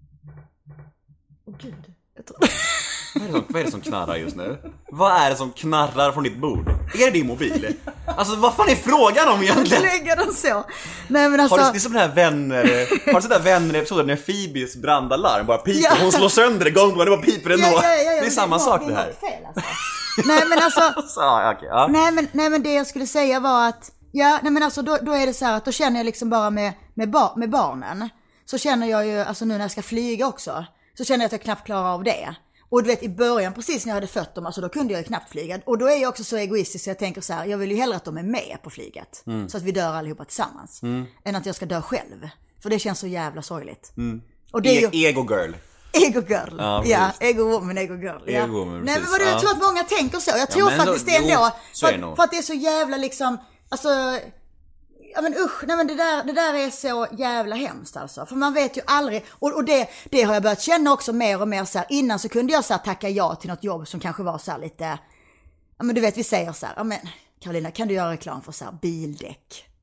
Åh gud, jag tror... Vad är det som knarrar just nu? Vad är det som knarrar från ditt bord? Är det din mobil? Alltså vad fan är frågan om egentligen? Lägger den så? Nej, men alltså... Det är som den här Vänner. Har du sett den här Vänner-episoden när Phoebes brandalarm bara piper? Hon slår sönder det gång på det, bara piper ändå. Ja, det är samma sak det här. Fel, alltså. Nej men alltså... Nej men det jag skulle säga var att... Ja, nej men alltså då är det så här att då känner jag liksom bara med barnen. Så känner jag ju, alltså nu när jag ska flyga också, så känner jag att jag knappt klarar av det. Och du vet, i början precis när jag hade fött dem, alltså då kunde jag ju knappt flyga. Och då är jag också så egoistisk så jag tänker så här, jag vill ju hellre att de är med på flyget. Så att vi dör allihopa tillsammans. Än att jag ska dö själv. För det känns så jävla sorgligt. Och det är ju... Ego girl. Ego girl. Ja, ego woman, ego girl. Ja. Ego woman, nej, men jag tror att många tänker så. Jag tror faktiskt det ändå. För att det är så jävla liksom, alltså... Ja men usch, nej men det där är så jävla hemskt alltså. För man vet ju aldrig, och det har jag börjat känna också mer och mer så här. Innan så kunde jag så här tacka ja till något jobb som kanske var så här lite, ja men du vet vi säger så här, ja men Carolina, kan du göra reklam för så här bildäck?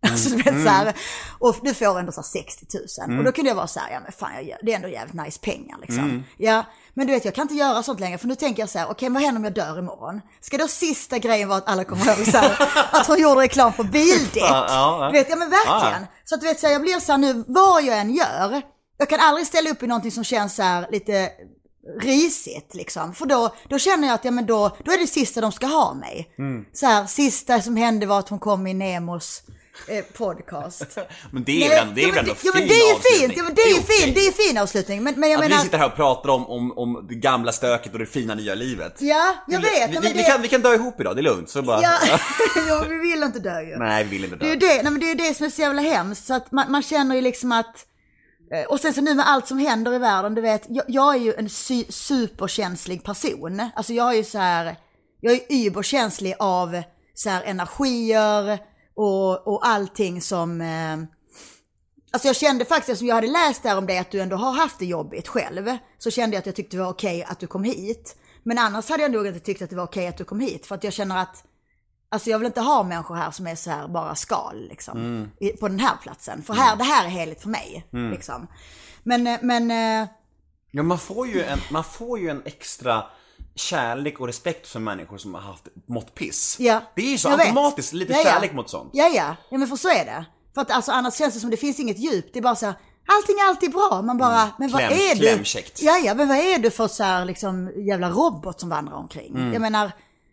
Alltså, du vet, så här, och du får ändå så här 60 000. Och då kunde jag vara så här, ja men fan, det är ändå jävligt nice pengar liksom. Ja, men du vet, jag kan inte göra sånt längre. För nu tänker jag så här, okej, vad händer om jag dör imorgon? Ska då sista grejen vara att alla kommer ihåg så här, att hon gjorde reklam på bildäck? Du vet, ja men verkligen. Så att du vet, så här, jag blir så här nu, vad jag än gör, jag kan aldrig ställa upp i någonting som känns så här lite risigt liksom. För då känner jag att ja, men då är det sista de ska ha mig. Så här, sista som hände var att hon kom i Nemos podcast. Men det är väl ändå fin. Ja men det är ju fint. Ja men det är ju fint. Det är ju fin avslutning. Men jag menar, vi sitter här och pratar om det gamla stöket och det fina nya livet. Ja, jag vet. Vi kan dö ihop idag, det är lugnt. Så bara... ja, vi vill inte dö ju. Nej, vi vill inte dö. Det är ju det som är så jävla hemskt. Så att man känner ju liksom att... Och sen så nu med allt som händer i världen, du vet, jag är ju en superkänslig person. Alltså jag är ju så här, jag är überkänslig av så här energier och allting som... Alltså jag kände faktiskt, som jag hade läst där om det, att du ändå har haft det jobbigt själv. Så kände jag att jag tyckte det var okej att du kom hit. Men annars hade jag nog inte tyckt att det var okej att du kom hit. För att jag känner att, alltså jag vill inte ha människor här som är så här bara skal liksom, på den här platsen. För det här är heligt för mig liksom. Men ja, man får ju en extra kärlek och respekt för människor som har haft måttpiss. Ja, det är ju så automatiskt lite kärlek mot sånt. Ja, men för så är det. För att alltså, annars känns det som det finns inget djup. Det är bara så här, allting är alltid bra. Man bara, men vad är du? Klämkäckt. Ja, men vad är du för så här liksom jävla robot som vandrar omkring? Jag menar,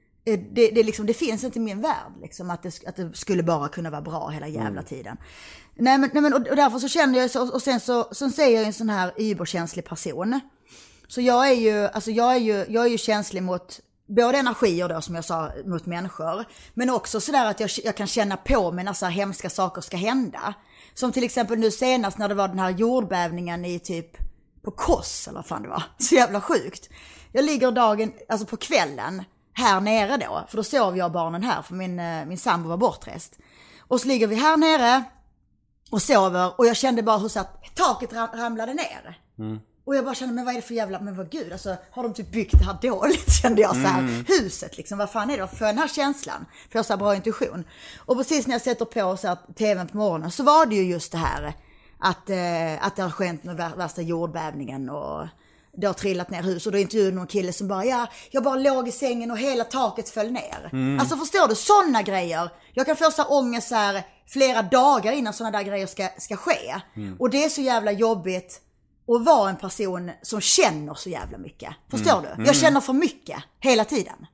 det finns inte i min värld liksom, att det skulle bara kunna vara bra hela jävla tiden. Nej men och därför så känner jag så, och sen säger jag en sån här überkänslig person. Så jag är ju känslig mot både energier då, som jag sa, mot människor, men också sådär att jag kan känna på mig när så här hemska saker ska hända. Som till exempel nu senast när det var den här jordbävningen i typ på Kos, eller vad fan det var. Så jävla sjukt. Jag ligger alltså på kvällen här nere då, för då sov jag och barnen här, för min sambo var bortrest. Och så ligger vi här nere och sover, och jag kände bara hur så att taket ramlade ner. Och jag bara kände, men vad är det för jävla, men vad gud, alltså har de typ byggt det här dåligt, kände jag så här, huset liksom, vad fan är det för den här känslan? För jag har så här bra intuition. Och precis när jag sätter på så här tvn på morgonen, så var det ju just det här att det har skett den värsta jordbävningen och det har trillat ner hus, och då intervjuade någon kille som bara, jag bara låg i sängen och hela taket föll ner. Alltså förstår du, sådana grejer. Jag kan få så här ångest så här flera dagar innan sådana där grejer ska ske. Och det är så jävla jobbigt att vara en person som känner så jävla mycket. Förstår du? Jag känner för mycket hela tiden.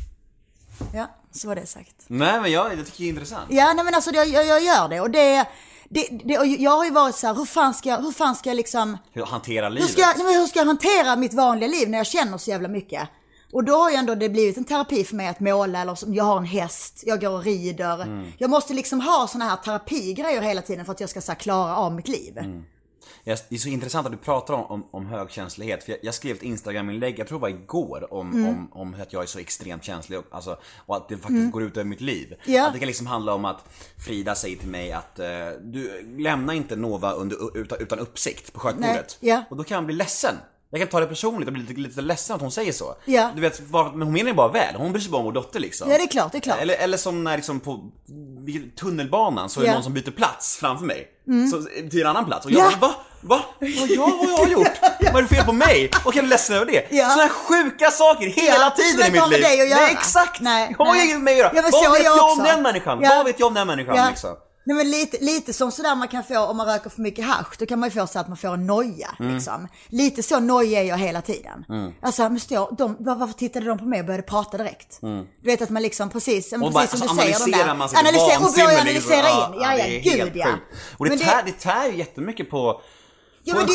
Ja, så var det sagt. Nej, men jag tycker det är intressant. Ja, nej men alltså jag gör det, och och jag har ju varit så här, hur fan ska jag liksom hantera livet? Hur ska jag hantera mitt vanliga liv när jag känner så jävla mycket? Och då har ju ändå det blivit en terapi för mig att måla, eller som jag har en häst, jag går och rider. Jag måste liksom ha såna här terapigrejer hela tiden för att jag ska så här, klara av mitt liv. Det är så intressant att du pratar om högkänslighet. För jag skrev ett Instagram-inlägg, jag tror det var igår, om att jag är så extremt känslig, alltså, och att det faktiskt går ut över mitt liv. Att det kan liksom handla om att Frida säger till mig att du lämnar inte Nova utan uppsikt på skötbordet. Och då kan jag bli ledsen. Jag kan ta det personligt och bli lite ledsen att hon säger så. Du vet, men hon menar ju bara väl. Hon bryr sig bara om vår dotter liksom. Ja, det är klart. Eller som när liksom på tunnelbanan så är det någon som byter plats framför mig. Så, till en annan plats. Och jag bara, va? Vad jag har gjort? Vad är det fel på mig? Och kan du ledsen över det? Sådana här sjuka saker hela tiden i mitt liv. Nej, exakt. Nej. Jag har inget med att göra. Vad vet jag om den människan? Vad vet jag om den människan liksom? Nej, men lite som sådär man kan få om man röker för mycket hasch. Då kan man ju få så att man får en noja liksom. Lite så noja är jag hela tiden. Alltså, men varför tittade de på mig och började prata direkt? Du vet att man liksom precis som du säger, analysera in. Ja, gud. Och det tär ju jättemycket på. Ja, men det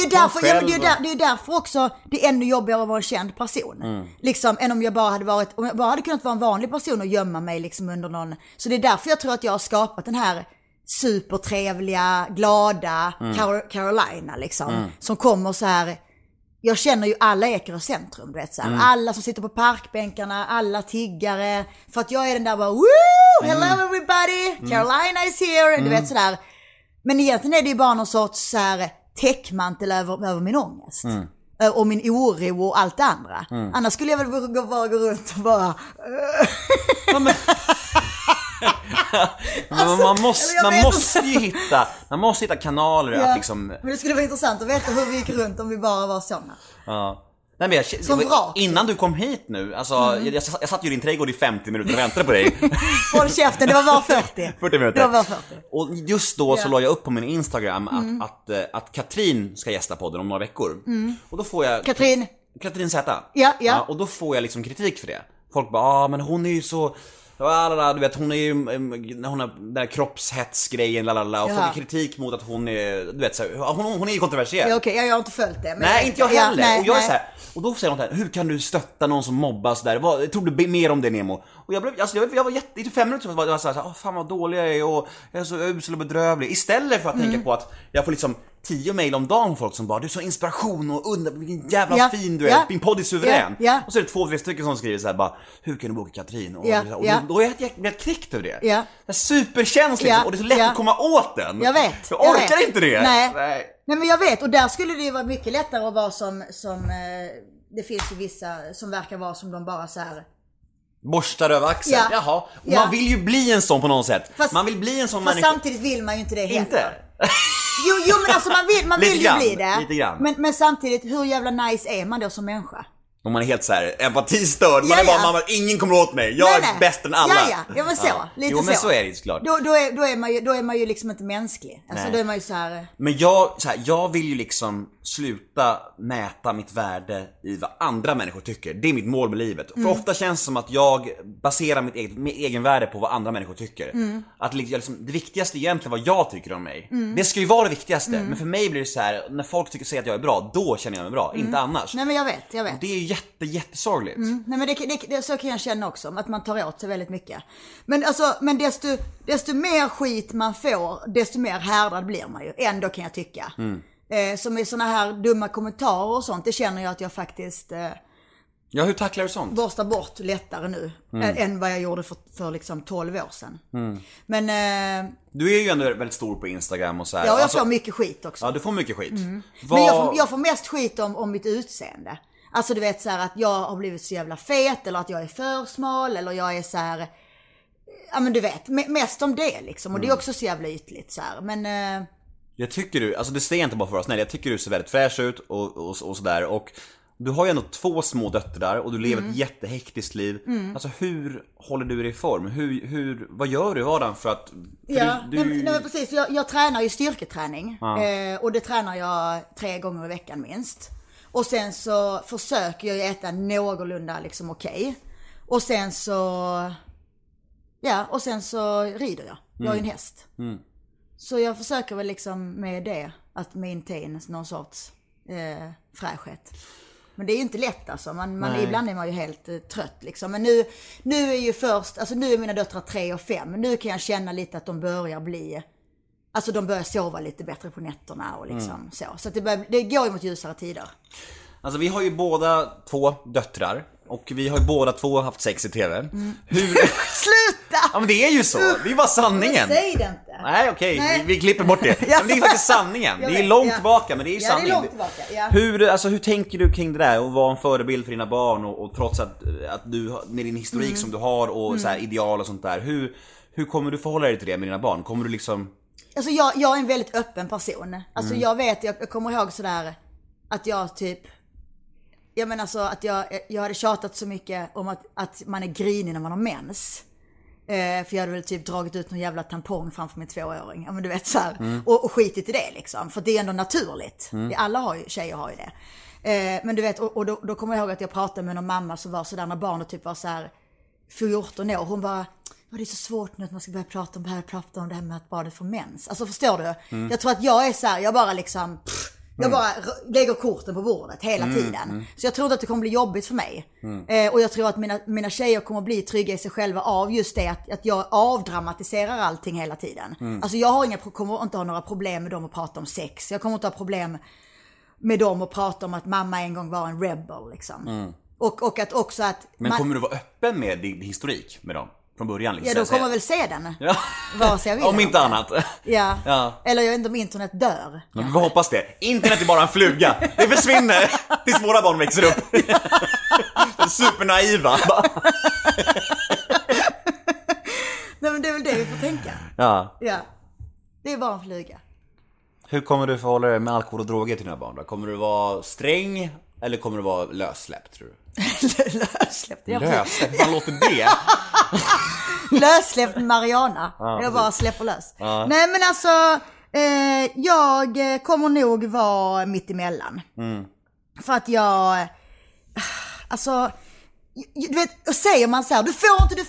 är därför också det är ännu jobbigare att vara en känd person. Liksom, än om jag bara hade kunnat vara en vanlig person och gömma mig liksom under någon. Så det är därför jag tror att jag har skapat den här supertrevliga, glada Carolina liksom, som kommer så här. Jag känner ju alla Ekerö centrum, du vet så här. Alla som sitter på parkbänkarna, alla tiggare, för att jag är den där bara, woo, hello everybody, Carolina is here, du vet så där. Men egentligen är det ju bara någon sorts så här täckmantel över min ångest. Och min oro och allt det andra. Annars skulle jag väl bara gå runt och bara Men man måste hitta kanaler att liksom... Men det skulle vara intressant att veta hur vi gick runt om vi bara var såna. Ja. Nej, men innan du kom hit nu, alltså, jag satt ju i din trädgård i 50 minuter och väntade på dig. Håll käften, det var bara 40 minuter. Det var bara 40. Och just då så la jag upp på min Instagram att Katrin ska gästa podden om några veckor. Och då får jag Katrin Z. Ja. Och då får jag liksom kritik för det. Folk bara, men hon är ju så... Du vet, hon är ju hon har den där kroppshetsgrejen och får kritik mot att hon är, du vet, så hon är ju kontroversiell. Ja, okej, jag har inte följt det. Men nej, inte jag heller. Nej, och jag är så här, och då säger hon så här, hur kan du stötta någon som mobbas där? Tror du mer om det, Nemo? Och jag var i 5 minuter var jag så här, fan vad dålig jag är och jag är så usel och bedrövlig. Istället för att tänka på att jag får liksom 10 mejl om dagen folk som bara, du är så inspiration och vilken jävla fin du är, din podd är suverän. Och så är det 2-3 stycken som skriver så här bara, hur kan du boka Katrin? Och då är jag helt knäckt över det. Det är superkänsligt och det är så lätt att komma åt den. Jag vet. Jag orkar inte det. Nej, men jag vet, och där skulle det ju vara mycket lättare att vara som det finns ju vissa som verkar vara som de bara så här borstar över axeln. Jaha. Och man vill ju bli en sån på något sätt. Man vill bli en sån människa. Fast samtidigt vill man ju inte det heller. Inte? Jo, men alltså man vill ju bli det. Lite grann. Men samtidigt, hur jävla nice är man då som människa? Om man är helt så här empatistörd, man är bara, ingen kommer åt mig, jag är bäst än alla. Ja, men så, lite så. Jo, men så är det ju såklart. Då är man ju liksom inte mänsklig. Alltså då är man ju så här. Men jag vill ju liksom sluta mäta mitt värde i vad andra människor tycker. Det är mitt mål med livet. För ofta känns det som att jag baserar mitt egen värde på vad andra människor tycker. Att liksom, det viktigaste är egentligen vad jag tycker om mig. Det ska ju vara det viktigaste. Men för mig blir det så här, när folk säger att jag är bra, då känner jag mig bra, inte annars. Nej, men jag vet. Det är jättesorgligt. Nej, men det så kan jag känna också, att man tar åt sig väldigt mycket. Men alltså, desto mer skit man får, desto mer härdad blir man ju. Ändå kan jag tycka. Som i såna här dumma kommentarer och sånt, det känner jag att jag faktiskt Ja, hur tacklar du sånt? Borstar bort lättare nu än vad jag gjorde för liksom 12 år sedan. Men du är ju ändå väldigt stor på Instagram och så här. Ja, jag får mycket skit också. Ja, du får mycket skit. Men jag får mest skit om mitt utseende. Alltså du vet så här, att jag har blivit så jävla fet, eller att jag är för smal, eller jag är så här, ja men du vet, mest om det liksom. Och det är också så jävla ytligt så här. Men jag tycker du, alltså det säger inte bara för oss, nej, jag tycker du ser väldigt fräsch ut och sådär. Och du har ju ändå 2 små döttrar och du lever ett jättehektiskt liv. Alltså hur håller du dig i form? Vad gör du i vardagen för att... Nej, men precis, jag tränar ju styrketräning. Och det tränar jag 3 gånger i veckan minst. Och sen så försöker jag äta någorlunda liksom okej. Och sen så rider jag. Jag är en häst. Så jag försöker väl liksom med det att maintain någon sorts fräschhet. Men det är ju inte lätt alltså. Ibland är man ju helt trött liksom. Men nu är ju nu är mina döttrar 3 och 5. Nu kan jag känna lite att de börjar bli... Alltså de börjar sova lite bättre på nätterna och liksom så. Så att det går ju mot ljusare tider. Alltså vi har ju båda 2 döttrar. Och vi har ju båda 2 haft sex i tv. Sluta! Ja, men det är ju så, det är bara sanningen. Säg det inte. Nej, okej, vi klipper bort det. Men det är faktiskt sanningen. Det är långt tillbaka, men det är ju sanningen. Ja, det är långt tillbaka, hur tänker du kring det där? Och vara en förebild för dina barn. Och trots att du, med din historik som du har och så här, ideal och sånt där. Hur kommer du förhålla dig till det med dina barn? Kommer du liksom... Alltså jag är en väldigt öppen person. Alltså jag kommer ihåg sådär att jag typ... Jag menar så att jag hade tjatat så mycket om att man är grinig när man har mens. För jag hade väl typ dragit ut någon jävla tampong framför min 2-åring. Ja men du vet så här. Och skitit i det liksom. För det är ändå naturligt. Alla tjejer har ju det. Men du vet, och då kommer jag ihåg att jag pratade med någon mamma som var sådär när barnet typ var så här 14 år. Hon bara, det är så svårt nu att man ska börja prata om det här med att barnet får mens. Alltså förstår du? Jag tror att jag är så här, jag bara liksom... Jag bara lägger korten på bordet hela tiden. Så jag tror inte att det kommer bli jobbigt för mig. Och jag tror att mina tjejer kommer bli trygga i sig själva av just det att jag avdramatiserar allting hela tiden. Alltså jag kommer inte ha några problem med dem att prata om sex. Jag kommer inte ha problem med dem att prata om att mamma en gång var en rebel liksom. Och att också att... Men kommer du vara öppen med din historik med dem? Från början liksom. Ja, då kommer väl se den. Vad jag vill. Om inte annat. Ja. Eller jag vet inte om internet dör. Men vi får hoppas det. Internet är bara en fluga. Det försvinner tills våra barn växer upp. Supernaiva. Nej, men det är väl det vi får tänka. Ja. Ja. Det är bara en fluga. Hur kommer du förhålla dig med alkohol och droger till dina barn då? Kommer du vara sträng eller kommer du vara lössläppt, tror du? Lössläppt? Lössläppt? Vad låter det? Lössläppt Mariana. Jag bara släpper lös. Nej men alltså, jag kommer nog vara mitt emellan. För att jag, alltså, du vet, och säger man så här, du får inte,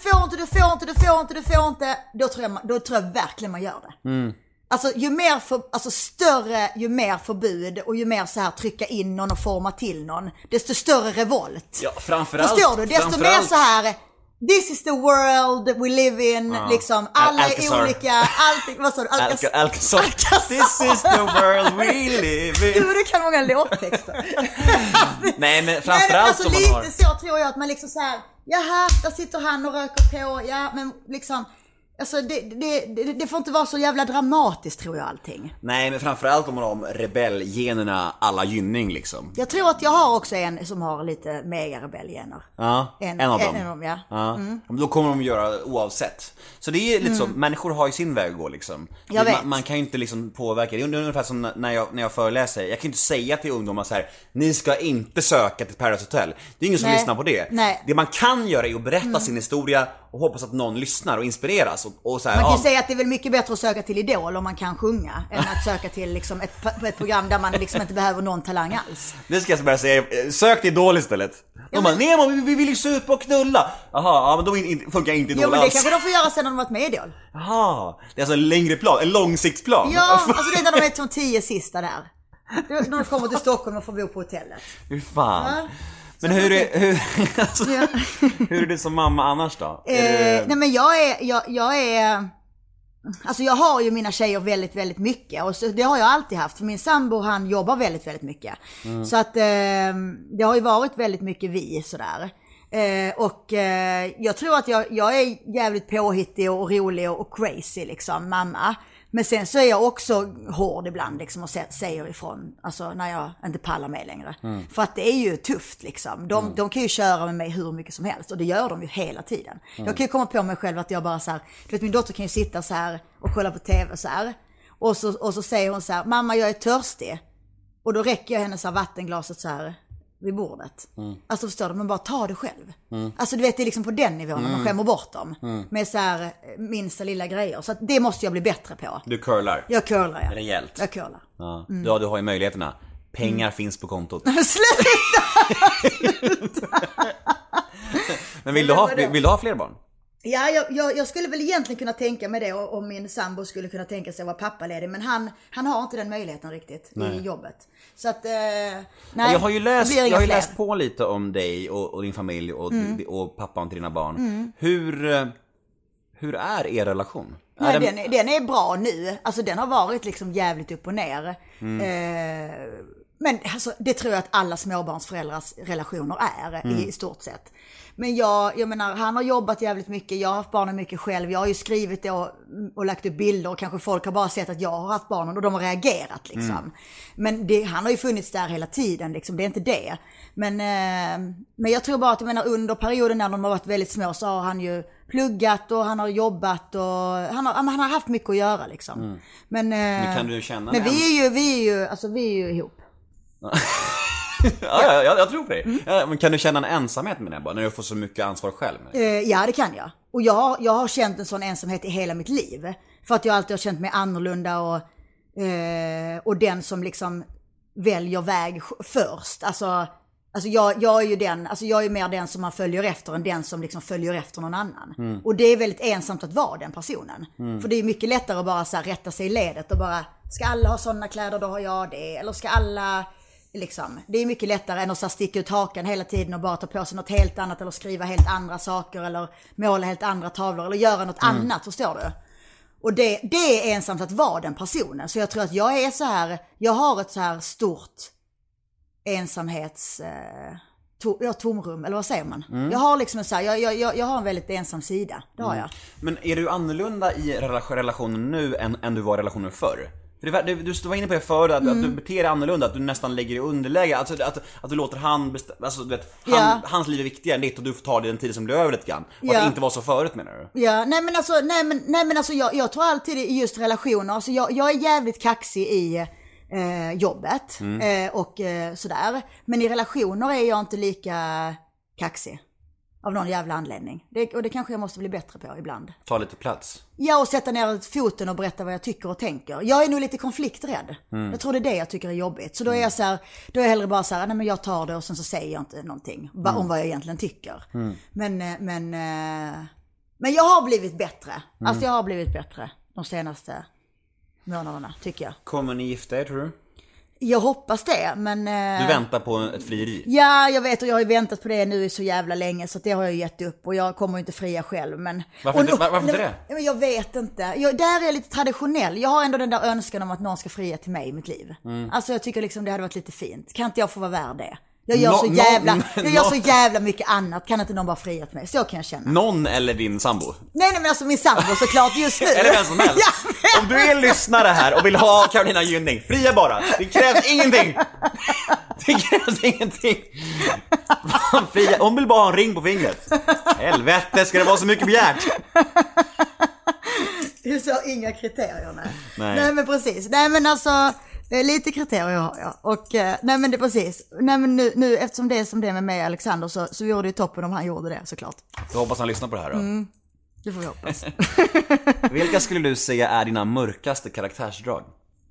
då tror jag verkligen man gör det. Alltså ju mer större, ju mer förbud och ju mer så här trycka in någon och forma till någon, desto större revolt. Ja, framförallt. Förstår du? Desto mer så här, this is the world we live in, liksom, alla är olika, allting, vad sa du? Alcazar. This is the world we live in. Du kan många låttexter. Nej, men framförallt alltså, lite så tror jag att man liksom så här, jaha, där sitter han och röker på, ja, men liksom, alltså det får inte vara så jävla dramatiskt, tror jag, allting. Nej, men framförallt om man har om rebellgenerna alla Gynning liksom. Jag tror att jag har också en som har lite mega rebellgener. Ja, en av dem. Ja. Men då kommer de göra oavsett. Så det är lite så, människor har ju sin väg att gå liksom. Man kan ju inte liksom påverka. Det är ungefär som när jag föreläser. Jag kan inte säga till ungdomar så här: ni ska inte söka till Paradise Hotel. Det är ingen som lyssnar på det. Nej. Det man kan göra är att berätta sin historia och hoppas att någon lyssnar och inspireras. Och så här, man kan ju säga att det är väl mycket bättre att söka till Idol om man kan sjunga än att söka till liksom ett program där man liksom inte behöver någon talang alls. Det ska jag bara säga, sök till Idol istället. De bara, nej men vi vill ju supa och knulla. Jaha, ja, men då funkar inte Idol alls. Jo, men det kanske de får göra sen när de varit med i Idol. Jaha, det är alltså en längre plan, en långsiktsplan. Ja, alltså det är när de är de 10 sista där. När de kommer till Stockholm och får bo på hotellet. Hur fan. Ja. Men hur är det som mamma annars då? Nej men jag är alltså jag har ju mina tjejer väldigt, väldigt mycket. Och så, det har jag alltid haft. För min sambo, han jobbar väldigt, väldigt mycket. Så att det har ju varit väldigt mycket vi sådär. Jag tror att jag är jävligt påhittig och rolig och crazy liksom, mamma. Men sen så är jag också hård ibland liksom, och säger ifrån, alltså när jag inte pallar mig längre. För att det är ju tufft liksom. De kan ju köra med mig hur mycket som helst, och det gör de ju hela tiden. Jag kan ju komma på mig själv att jag bara så här, du vet, min dotter kan ju sitta så här och kolla på tv så här. Och så säger hon så här: mamma, jag är törstig. Och då räcker jag henne så här vattenglaset så här vid bordet. Alltså förstår du, man bara tar det själv. Alltså du vet, det är liksom på den nivån när man skämmer bort dem med så här minsta lilla grejer. Så att det måste jag bli bättre på. Du curlar? Jag curlar, ja. Rejält. Jag curlar. Ja. Ja, du har ju möjligheterna. Pengar finns på kontot. Sluta! Men vill du ha fler barn? Ja, jag skulle väl egentligen kunna tänka mig det, om min sambo skulle kunna tänka sig att vara pappaledig. Men han har inte den möjligheten riktigt i jobbet. Så att, nej. Jag har ju läst på lite om dig och din familj och pappan till dina barn. Hur är er relation? Nej, den är bra nu. Alltså den har varit liksom jävligt upp och ner. Men alltså, det tror jag att alla småbarnsföräldrars relationer är i stort sett. Men jag menar, han har jobbat jävligt mycket. Jag har haft barnen mycket själv. Jag har ju skrivit det och lagt upp bilder. Och kanske folk har bara sett att jag har haft barnen och de har reagerat liksom. Men han har ju funnits där hela tiden liksom. Det är inte det. Men jag tror bara att, jag menar, under perioden när de har varit väldigt små så har han ju pluggat och han har jobbat och han har haft mycket att göra liksom. Men kan du känna men vi är ju ihop. Ja, jag tror på det. Men kan du känna en ensamhet med det bara, när du får så mycket ansvar själv? Ja, det kan jag. Och jag har känt en sån ensamhet i hela mitt liv. För att jag alltid har känt mig annorlunda och den som liksom väljer väg först. Alltså jag är ju jag är mer den som man följer efter än den som liksom följer efter någon annan. Och det är väldigt ensamt att vara den personen. För det är mycket lättare att bara så här rätta sig i ledet och bara, ska alla ha sådana kläder, då har jag det. Eller ska alla liksom, det är mycket lättare än att så här sticka ut hakan hela tiden och bara ta på sig något helt annat, eller skriva helt andra saker, eller måla helt andra tavlor, eller göra något annat, förstår du? Och det är ensamt att vara den personen. Så jag tror att jag är så här, jag har ett så här stort ensamhets tomrum, eller vad säger man? Jag har liksom så här, jag har en väldigt ensam sida. Det har jag. Men är du annorlunda i relationen nu än du var i relationen förr? Du var inne på det förut, att du beter dig annorlunda, att du nästan lägger i underläge, alltså att du låter hans liv är viktigare än ditt och du får ta den tid som blir över lite grann. Och att det inte var så förut, menar du? Ja, nej men alltså jag tror alltid i just relationer, alltså jag är jävligt kaxig i jobbet och sådär. Men i relationer är jag inte lika kaxig. Av någon jävla anledning. Och det kanske jag måste bli bättre på ibland. Ta lite plats. Ja, och sätta ner foten och berätta vad jag tycker och tänker. Jag är nog lite konflikträdd. Jag tror det är det jag tycker är jobbigt. Så då är jag så här, då är jag hellre bara så här, nej men jag tar det och sen så säger jag inte någonting om vad jag egentligen tycker. Men jag har blivit bättre. Alltså jag har blivit bättre de senaste månaderna, tycker jag. Kommer ni gifta er, tror du? Jag hoppas det, men... Du väntar på ett frieri? Ja, jag vet, och jag har ju väntat på det nu i så jävla länge, så det har jag gett upp. Och jag kommer ju inte fria själv, men... Varför inte det? Men jag vet inte. Där är jag lite traditionell. Jag har ändå den där önskan om att någon ska fria till mig i mitt liv. Alltså jag tycker liksom det hade varit lite fint. Kan inte jag få vara värd det? Jag gör så jävla mycket annat. Kan inte någon bara fria till mig? Så kan jag känna. Någon eller din sambo? Nej men alltså min sambo såklart just nu. Eller vem som helst. Ja, om du är lyssnare här och vill ha Carolina Gynning, fria bara. Det krävs ingenting. Det krävs ingenting. Fria. Hon vill bara ha en ring på fingret. Helvete, ska det vara så mycket begärt? Du sa inga kriterier, nej men precis. Nej men alltså... Lite kriterier har jag. Och nej men det är precis. Nej men nu eftersom det är som det är med mig och Alexander så vore det ju toppen om han gjorde det, såklart. Jag hoppas han lyssnar på det här då. Det får vi hoppas. Vilka skulle du säga är dina mörkaste karaktärsdrag?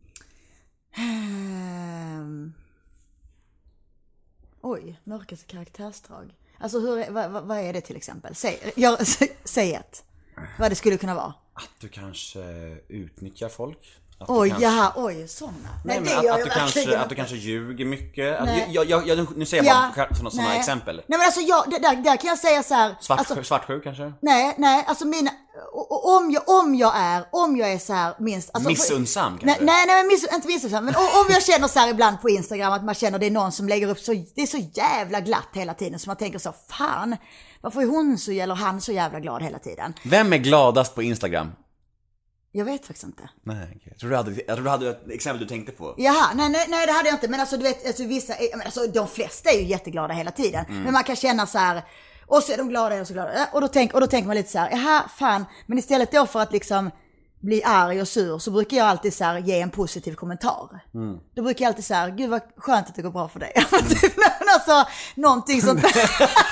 Mörkaste karaktärsdrag. Alltså vad är det till exempel? Säg ett. Vad det skulle kunna vara. Att du kanske utnyttjar folk. Såna. Nej, men att du kanske ljuger mycket. Nu säger jag bara sådana exempel. Nej men alltså där kan jag säga så här. Svartsjuk kanske? Nej, alltså om jag är så här minst alltså, missunnsam kanske? Nej, inte missunnsam, men om jag känner så här ibland på Instagram att man känner det är någon som lägger upp det är så jävla glatt hela tiden, så man tänker så, fan, varför är hon så eller han så jävla glad hela tiden? Vem är gladast på Instagram? Jag vet faktiskt inte. Nej, okay. Jag tror du hade ett exempel du tänkte på. Jaha, nej det hade jag inte. Men alltså du vet, alltså, de flesta är ju jätteglada hela tiden. Men man kan känna så här, och så är de glada och så glada. Och då tänker man lite så här, jaha, fan. Men istället då för att liksom bli arg och sur så brukar jag alltid så här ge en positiv kommentar. Då brukar jag alltid så här, gud vad skönt att det går bra för dig. Men alltså, någonting sånt där.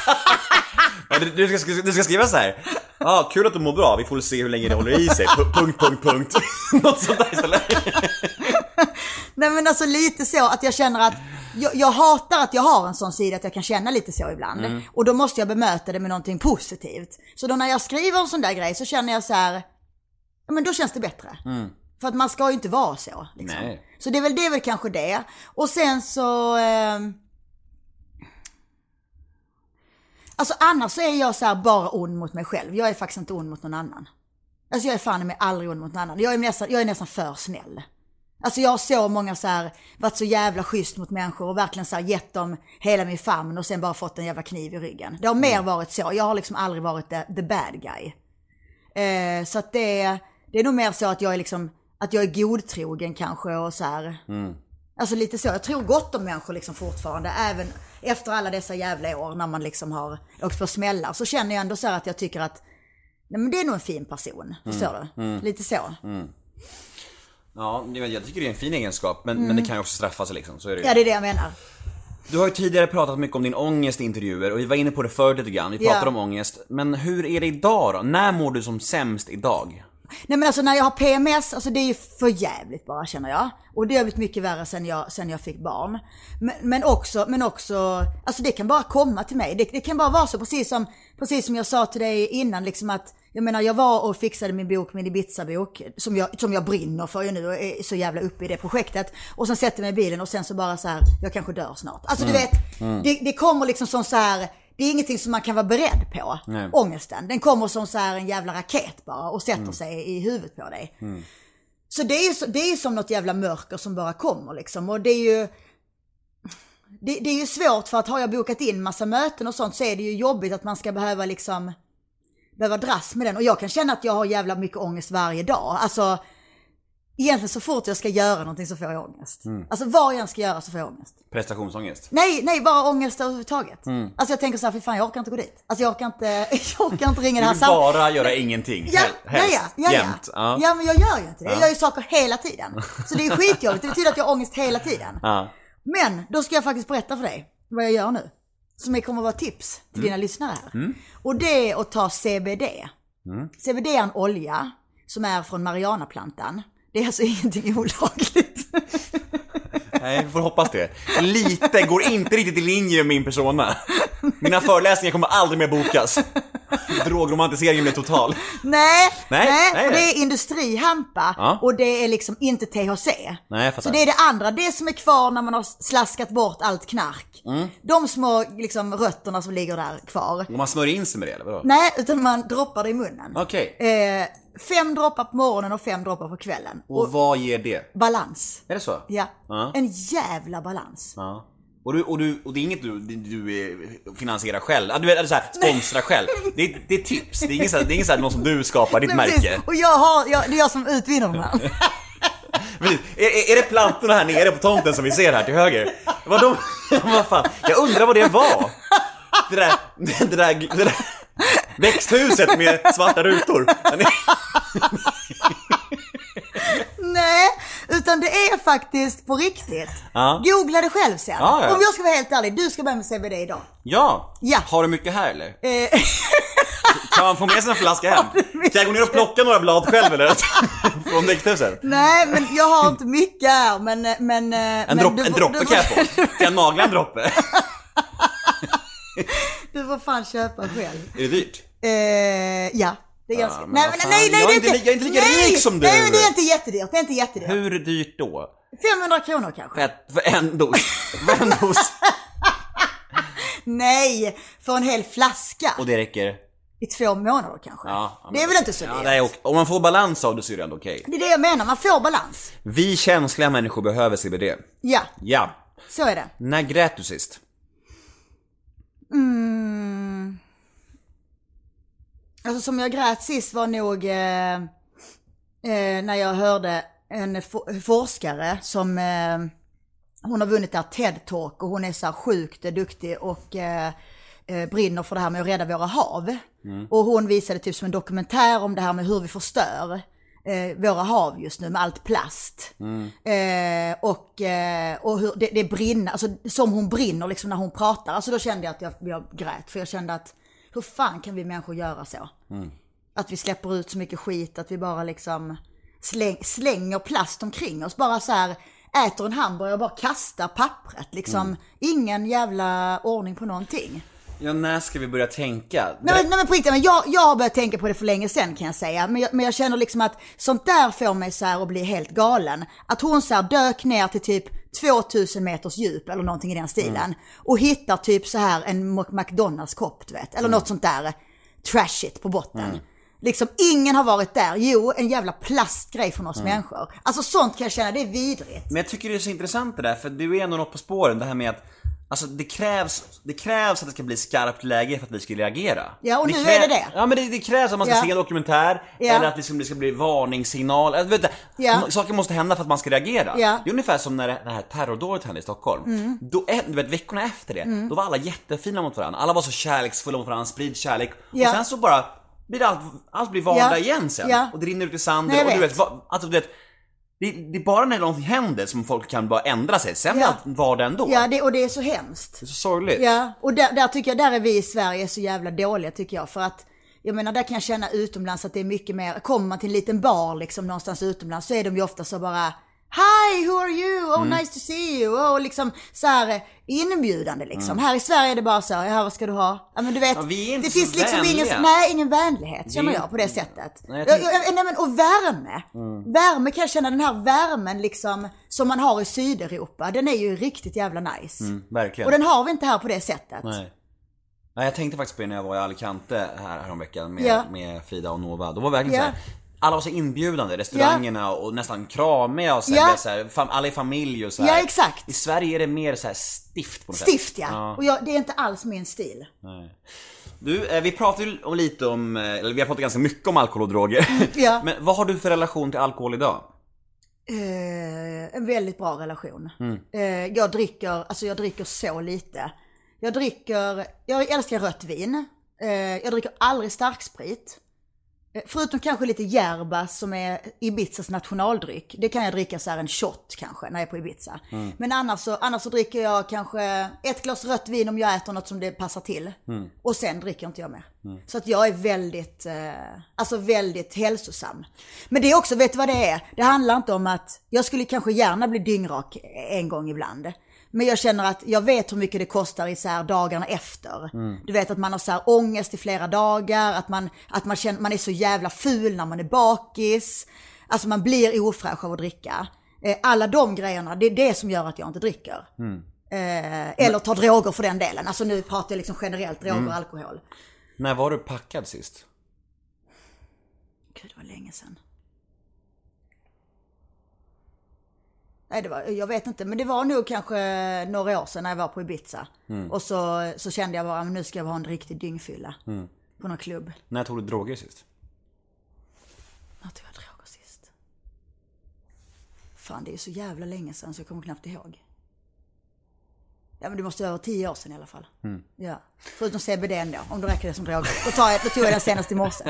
Du ska skriva så här. Kul att du mår bra. Vi får se hur länge det håller i sig. Punkt. Något sånt där istället. Nej men alltså lite så att jag känner att jag hatar att jag har en sån sida att jag kan känna lite så ibland. Och då måste jag bemöta det med någonting positivt. Så då när jag skriver en sån där grej så känner jag så här, ja men då känns det bättre. För att man ska ju inte vara så liksom. Nej. Så det är väl kanske det. Och sen så alltså annars så är jag så här bara ond mot mig själv. Jag är faktiskt inte ond mot någon annan. Alltså jag är fan med aldrig ond mot någon annan. Jag är nästan för snäll. Alltså jag har så många så här varit så jävla schysst mot människor och verkligen så här gett dem hela min famn och sen bara fått en jävla kniv i ryggen. Det har mer varit så. Jag har liksom aldrig varit the bad guy. Så att det är nog mer så att jag är liksom att jag är godtrogen kanske och så här. Alltså lite så. Jag tror gott om människor liksom fortfarande, även efter alla dessa jävla år när man liksom har åkt på smällar, så känner jag ändå så här att jag tycker att nej men det är nog en fin person, förstår du? Lite så. Ja, jag tycker det är en fin egenskap, men det kan ju också straffa sig liksom, så är det ju. Ja, det är det jag menar. Du har ju tidigare pratat mycket om din ångest i intervjuer och vi var inne på det förut lite grann. Vi pratade om ångest, men hur är det idag då? När mår du som sämst idag? Nej men alltså när jag har PMS, alltså det är ju för jävligt bara, känner jag. Och det har blivit mycket värre sen jag fick barn. Men också, alltså det kan bara komma till mig. Det kan bara vara så, precis som jag sa till dig innan, liksom att jag menar, jag var och fixade min Ibiza-bok som jag brinner för ju nu och är så jävla uppe i det projektet. Och sen sätter jag mig i bilen och sen så bara så här, jag kanske dör snart. Alltså du vet, det kommer liksom som så här. Det är ingenting som man kan vara beredd på. Nej. Ångesten, den kommer som så här en jävla raket bara och sätter sig i huvudet på dig. Så det är ju som något jävla mörker som bara kommer liksom. Och det är ju svårt, för att har jag bokat in massa möten och sånt så är det ju jobbigt att man ska behöva dras med den. Och jag kan känna att jag har jävla mycket ångest varje dag. Alltså egentligen så fort jag ska göra någonting så får jag ångest. Alltså vad jag än ska göra så får jag ångest. Prestationsångest? Nej, bara ångest överhuvudtaget. Alltså jag tänker så här, för fan jag orkar inte gå dit. Alltså jag orkar inte ringa det här samtalet. Bara göra ingenting. Ja, Jämt. Ja, men jag gör ju inte det. Jag gör ju saker hela tiden. Så det är skitjobbigt. Det betyder att jag har ångest hela tiden. Men då ska jag faktiskt berätta för dig vad jag gör nu. Som kommer att vara tips till dina lyssnare här. Och det är att ta CBD. CBD är en olja som är från marijuanaplantan. Det är alltså ingenting olagligt. Nej, vi får hoppas det. Lite går inte riktigt i linje med min persona. Mina föreläsningar kommer aldrig mer bokas. Drogromantiseringen blir total. Nej, för det är industrihampa och det är liksom inte THC. Nej, så det är det andra, det som är kvar när man har slaskat bort allt knark. De små liksom rötterna som ligger där kvar. Och man smörjer in sig med det eller vadå? Nej, utan man droppar det i munnen. Okej. 5 droppar på morgonen och 5 droppar på kvällen. Och vad ger det? Balans. Är det så? Ja. En jävla balans. Ja. Och det är inget du finansierar själv. Du är så här, sponsrar själv. Det är tips. Det är inget så här någon som du skapar ditt märke. Och det är jag som utvinner dem här. Är det plantorna här nere på tomten som vi ser här till höger? Vad fan? Jag undrar vad det var. Det där växthuset med svarta rutor. Nej, utan det är faktiskt på riktigt. Googla det själv sen. Om jag ska vara helt ärlig, du ska börja med CBD idag. Ja. Har du mycket här eller? Kan man få med sig en flaska hem? Kan jag gå ner och plocka några blad själv eller? Från växthuset? Nej, men jag har inte mycket här. Men en droppe kan jag få. Kan jag nagla en droppe? Du får fan köpa själv. Är det dyrt? Ja. Det är ganska... Nej, jag är inte lika rik som du. Nej, det är inte jättedyrt. Hur dyrt då? 500 kronor kanske. För en dos. Nej, för en hel flaska. Och det räcker? I 2 månader kanske. Det är väl inte så dyrt. Om man får balans av det så är det ändå okej. Det är det jag menar, man får balans. Vi känsliga människor behöver CBD. Ja. Så är det. När grät du sist? Alltså som jag grät sist var nog när jag hörde en forskare som hon har vunnit där TED-talk och hon är så sjukt duktig och brinner för det här med att rädda våra hav. Och hon visade typ som en dokumentär om det här med hur vi förstör våra hav just nu med allt plast. Och hur det brinner, alltså som hon brinner liksom när hon pratar. Alltså då kände jag att jag grät, för jag kände att hur fan kan vi människor göra så? Att vi släpper ut så mycket skit, att vi bara liksom slänger plast omkring oss. Bara så här, äter en hamburgare och bara kastar pappret. Liksom, ingen jävla ordning på någonting. Ja, när ska vi börja tänka? Nej men på riktigt, men jag har börjat tänka på det för länge sedan kan jag säga. Men jag känner liksom att sånt där får mig så här att bli helt galen. Att hon så här dök ner till typ 2000 meters djup eller någonting i den stilen. Och hittar typ så här en McDonald's-kopp, du vet. Eller något sånt där trashigt på botten. Liksom ingen har varit där. Jo, en jävla plastgrej från oss människor. Alltså sånt kan jag känna, det är vidrigt. Men jag tycker det är så intressant det där. För du är ändå något på spåren. Det här med att alltså det krävs att det ska bli skarpt läge för att vi ska reagera. Ja, och nu är det. Ja, men det krävs att man ska se en dokumentär. Eller att det ska bli varningssignal. Vet du, saker måste hända för att man ska reagera. Det är ungefär som när det här terrordådet hände i Stockholm. Då, du vet, veckorna efter det, då var alla jättefina mot varandra. Alla var så kärleksfulla mot varandra, sprid kärlek. Och sen så bara blir allt blir vardag igen sen. Och det rinner ut i sanden. Och du vet, alltså du vet, det är bara när någonting händer som folk kan bara ändra sig. Sen var det ändå. Ja, och det är så hemskt. Det är så sorgligt. Ja, och där tycker jag, där är vi i Sverige så jävla dåliga tycker jag. För att, jag menar, där kan jag känna utomlands att det är mycket mer. Kommer man till en liten bar liksom någonstans utomlands så är de ju ofta så bara hi, who are you? Oh, nice to see you. Och liksom så här inbjudande liksom. Här i Sverige är det bara så, ja, vad ska du ha? Ja, men du vet, det finns liksom ingen vänlighet känner jag på det sättet. Nej, men, och värme. Värme kan jag känna, den här värmen liksom som man har i Sydeuropa, den är ju riktigt jävla nice. Verkligen. Och den har vi inte här på det sättet. Nej. Ja, jag tänkte faktiskt på det när jag var i Alicante häromveckan med Frida och Nova. Då var verkligen så här, alla var så inbjudande, restaurangerna och nästan kramiga och så här, alla i familj och så här. Ja, exakt. I Sverige är det mer så här stift på något stift, sätt. Och det är inte alls min stil. Nej. Du, vi pratade ju lite om, eller vi har pratat ganska mycket om alkohol och droger. Men vad har du för relation till alkohol idag? En väldigt bra relation. Jag dricker så lite. Jag älskar rött vin. Jag dricker aldrig starksprit. Förutom kanske lite yerba som är Ibizas nationaldryck. Det kan jag dricka så här en shot kanske när jag är på Ibiza. Men annars så dricker jag kanske ett glas rött vin om jag äter något som det passar till. Och sen dricker inte jag mer. Så att jag är väldigt hälsosam. Men det är också, vet du vad det är? Det handlar inte om att jag skulle kanske gärna bli dyngrak en gång ibland. Men jag känner att jag vet hur mycket det kostar i så här dagarna efter. Du vet att man har så här ångest i flera dagar. Att man känner man är så jävla ful när man är bakis. Alltså man blir ofräsch av att dricka. Alla de grejerna, det är det som gör att jag inte dricker. Eller tar droger för den delen. Alltså nu pratar jag liksom generellt droger och alkohol. När var du packad sist? Gud, det var länge sedan. Nej, jag vet inte, men det var nog kanske några år sedan när jag var på Ibiza. Och så kände jag bara, men nu ska jag ha en riktig dyngfylla på någon klubb. När tog du droger sist? När tog jag droger sist? Fan, det är så jävla länge sedan så jag kommer knappt ihåg. Ja, men det måste vara 10 år sedan i alla fall. Ja. Förutom CBD ändå, om du räcker det som droger. Då tog jag den senast i morse.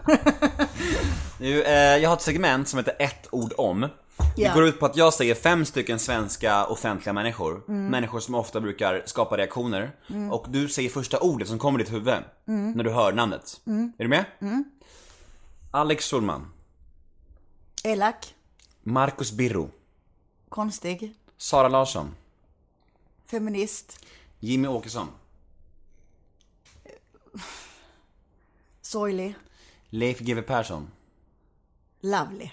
Jag har ett segment som heter ett ord om. Det går ut på att jag säger 5 stycken svenska offentliga människor. Människor som ofta brukar skapa reaktioner. Och du säger första ordet som kommer i ditt huvud när du hör namnet. Är du med? Alex Schulman. Elak. Marcus Birro. Konstig. Sara Larsson. Feminist. Jimmy Åkesson. Sorglig. Leif GW Persson. Lovely.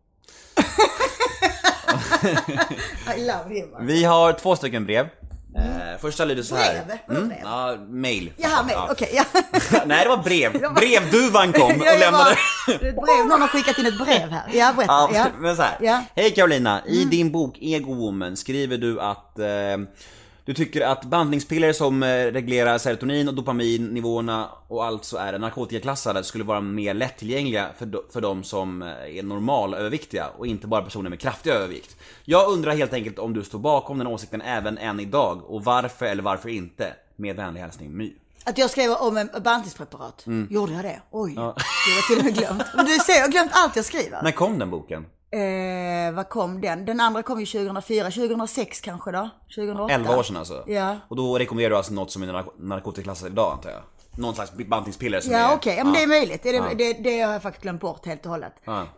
I love him. Vi har 2 stycken brev. Första lyder så här. Brev? Ja, mail. Jaha, mail, okej. Nej, det var brev. Brevduvan kom och lämnade. Någon har skickat in ett brev här. Ja, berätta. Ja, men så här. Hej Carolina, i din bok Ego Woman skriver du att du tycker att bandningspiller som reglerar serotonin och dopaminnivåerna och alltså är narkotikaklassade skulle vara mer lättillgängliga för de som är normalöverviktiga och inte bara personer med kraftig övervikt. Jag undrar helt enkelt om du står bakom den åsikten även än idag och varför eller varför inte. Med vänlig hälsning My. Att jag skrev om en bantningspreparat. Gjorde jag det? Oj, det var till och med glömt. Men du ser, jag har glömt allt jag skriver. När kom den boken? Vad kom den? Den andra kom ju 2004, 2006 kanske då? 2008. 11 år sedan alltså. Ja. Och då rekommenderar du alltså något som är narkotikaklassat idag antar jag. Någon slags bantningspiller som ja, okej. Men det är möjligt. Det har jag faktiskt glömt bort helt och hållet.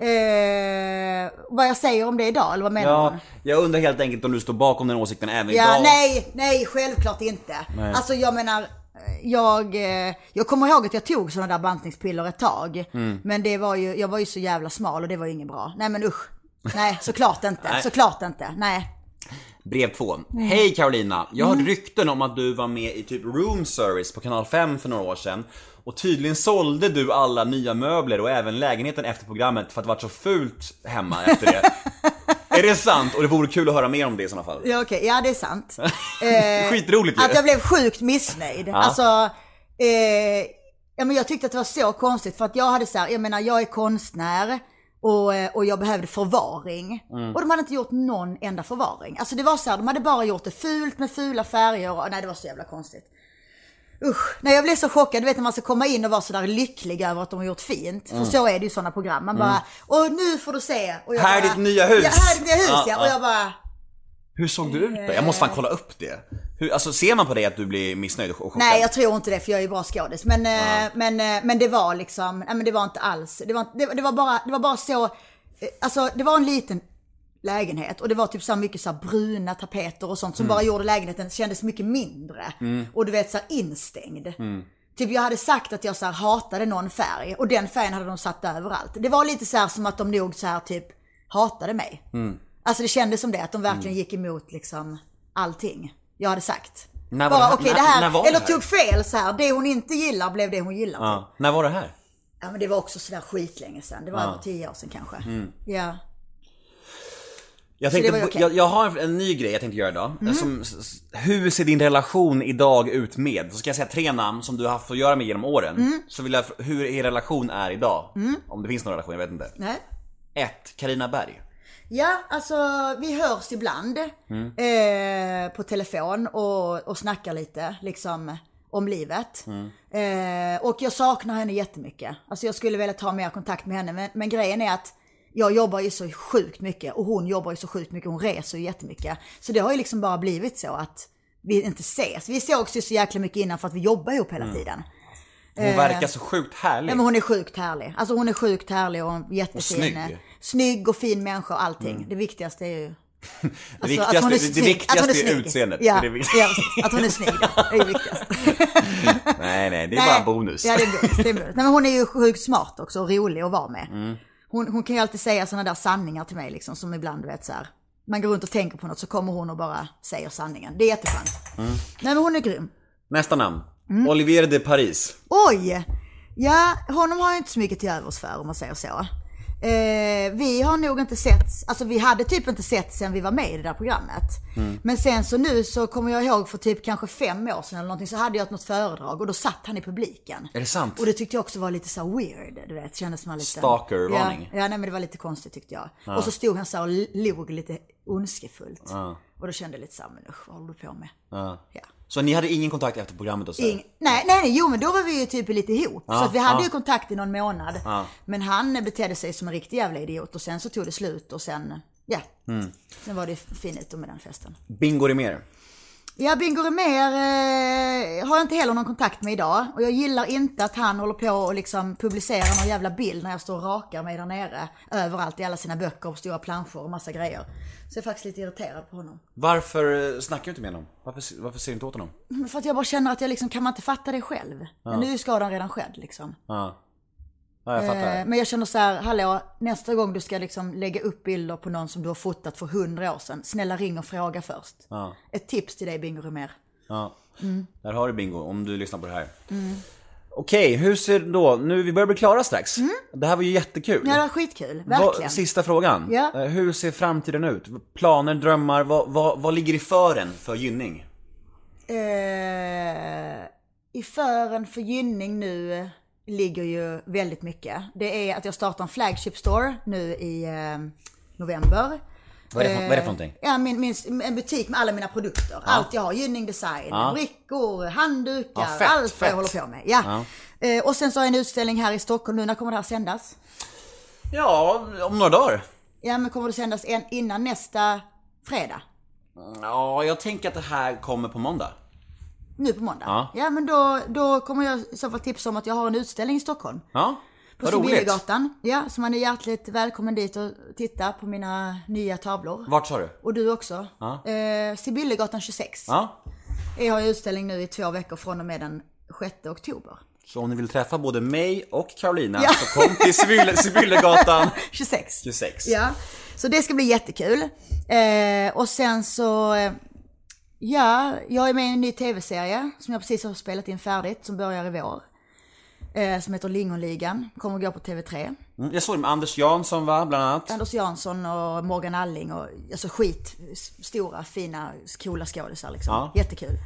Vad jag säger om det idag, eller vad menar du? Jag undrar helt enkelt om du står bakom den åsikten även idag. Nej, självklart inte. Nej. Alltså jag menar, jag kommer ihåg att jag tog sådana där bantningspiller ett tag. Men jag var ju så jävla smal och det var ju inget bra. Nej men usch. Nej, såklart inte. Nej. Brev 2. Hej Carolina, jag hörde rykten om att du var med i typ Room Service på kanal 5 för några år sedan. Och tydligen sålde du alla nya möbler och även lägenheten efter programmet för att det var så fult hemma efter det. Är det sant? Och det vore kul att höra mer om det i sådana fall. Ja, okej. Ja, det är sant. Skitroligt ju. Att jag blev sjukt missnöjd. Alltså, men jag tyckte att det var så konstigt. För att jag hade så här, jag menar, jag är konstnär. Och jag behövde förvaring. Och de hade inte gjort någon enda förvaring. Alltså det var så här, de hade bara gjort det fult med fula färger. Och, nej, det var så jävla konstigt. Usch, när jag blev så chockad, du vet när man ska komma in och vara så där lycklig över att de har gjort fint. För så är det ju sådana program. Man bara, och nu får du se. Och jag här är ditt nya hus. Ja, här är ditt nya hus, ja. Och jag bara... Hur såg du ut då? Jag måste fan kolla upp det. Alltså ser man på det att du blir missnöjd och chockad? Nej, jag tror inte det, för jag är ju bra skådis. Men det var liksom, nej men det var inte alls. Det var bara så, alltså det var en liten lägenhet och det var typ så mycket så bruna tapeter och sånt som bara gjorde lägenheten kändes mycket mindre. Och du vet så instängd. Typ jag hade sagt att jag så här hatade någon färg och den färgen hade de satt överallt. Det var lite så här som att de nog så här typ hatade mig. Alltså det kändes som det, att de verkligen gick emot liksom allting jag hade sagt. Bara okej, det här, eller tog fel så här. Det hon inte gillar blev det hon gillar. När var det här? Ja, men det var också sådär skitlänge sedan. Det var över 10 år sedan kanske. Ja. Jag har en ny grej jag tänkte göra idag. Hur ser din relation idag ut med? Så ska jag säga 3 namn som du har haft att göra med genom åren. Så vill jag, hur er relation är idag. Om det finns någon relation, jag vet inte. Nej. 1. Carina Berg. Ja, alltså vi hörs ibland på telefon och snackar lite liksom om livet. Och jag saknar henne jättemycket. Alltså jag skulle vilja ta mer kontakt med henne, men grejen är att jag jobbar ju så sjukt mycket och hon jobbar ju så sjukt mycket, hon reser ju jättemycket. Så det har ju liksom bara blivit så att vi inte ses. Vi sågs ju så jäkla mycket innan för att vi jobbar ihop hela tiden. Hon verkar så sjukt härlig. Ja, men hon är sjukt härlig. Alltså hon är sjukt härlig och jättefin. Och snygg och fin människa och allting. Det viktigaste är ju det viktigaste är utseendet. Ja, att hon är snygg. Det är ju viktigast. nej, det är bara bonus. Ja, det är bonus. Nej, men hon är ju sjukt smart också och rolig att vara med. Hon kan ju alltid säga sådana där sanningar till mig liksom, som ibland vet så här. Man går runt och tänker på något så kommer hon och bara säger sanningen. Det är jätteskönt. Nej, men hon är grym. Nästa namn. Olivier de Paris. Oj! Ja, honom har jag inte så mycket till övers för, om man säger så. Vi har nog inte sett, alltså vi hade typ inte sett sen vi var med i det där programmet. Men sen så nu så kommer jag ihåg för typ kanske 5 år sedan eller någonting, så hade jag något föredrag och då satt han i publiken. Är det sant? Och det tyckte jag också var lite så weird, du vet, kändes som lite stalker-varning. Ja, nej, men det var lite konstigt tyckte jag. Och så stod han så och log lite ondskefullt. Och då kände jag lite så här, men usch, vad håller du på med? Ja. Så ni hade ingen kontakt efter programmet och så? Nej, jo, men då var vi ju typ lite ihop. Så att vi hade ju kontakt i någon månad. Men han betedde sig som en riktig jävla idiot. Och sen så tog det slut och sen, sen var det finito med den festen. Bingo Rimér. Ja, Bingo Rimér har jag inte heller någon kontakt med idag. Och jag gillar inte att han håller på och liksom publicerar någon jävla bild när jag står och rakar mig där nere. Överallt i alla sina böcker och stora planscher och massa grejer. Så jag är faktiskt lite irriterad på honom. Varför snackar du inte med honom? Varför ser du inte åt honom? För att jag bara känner att jag liksom, kan man inte fatta det själv? Men nu är ju skadan redan skedd liksom. Ja, jag fattar. Men jag känner så här, hallå, nästa gång du ska liksom lägga upp bilder på någon som du har fotat för 100 år sedan, snälla ring och fråga först. Ett tips till dig, Bingo Rimér. Där har du Bingo, om du lyssnar på det här. Okej, hur ser det då? Nu, vi börjar bli klara strax. Det här var ju jättekul. Ja, det var skitkul, verkligen. Sista frågan. Ja. Hur ser framtiden ut? Planer, drömmar, vad ligger i fören för Gynning? I fören för Gynning nu ligger ju väldigt mycket. Det är att jag startar en flagship store nu i november. Vad är det för någonting? Ja, en butik med alla mina produkter. Allt jag har, Gynning design, brickor, handdukar, allt vad jag håller på med. Ja. Och sen så har jag en utställning här i Stockholm nu. När kommer det här sändas? Ja, om några dagar. Ja, men kommer det sändas innan nästa fredag? Ja, jag tänker att det här kommer på måndag. Nu på måndag? Ja, men då kommer jag i så fall tipsa om att jag har en utställning i Stockholm. Ja, på Sibyllagatan. Ja, så man är hjärtligt välkommen dit och titta på mina nya tavlor. Vart sa du? Och du också. Sibyllagatan 26. Jag har utställning nu i 2 veckor från och med den 6 oktober. Så om ni vill träffa både mig och Carolina så kom till Sibyllagatan 26. Ja, så det ska bli jättekul. Och sen så... Ja, jag är med i en ny tv-serie som jag precis har spelat in färdigt, som börjar i vår. Som heter Lingonligan, kommer att gå på TV3. Jag såg det med Anders Jansson, va, bland annat. Anders Jansson och Morgan Alling och alltså stora, fina, coola skådisar liksom. Jättekul.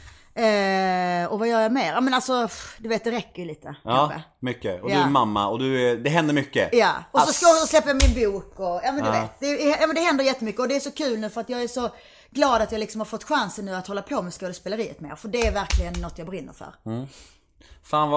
Och vad gör jag mer? Ja, men alltså, du vet, det räcker ju lite. Kanske. Mycket. Och du är mamma och det händer mycket. Ja, och så släpper jag min bok och, ja men du vet, det händer jättemycket och det är så kul nu för att jag är så glad att jag liksom har fått chansen nu att hålla på med skådespeleriet mer, för det är verkligen något jag brinner för. Fan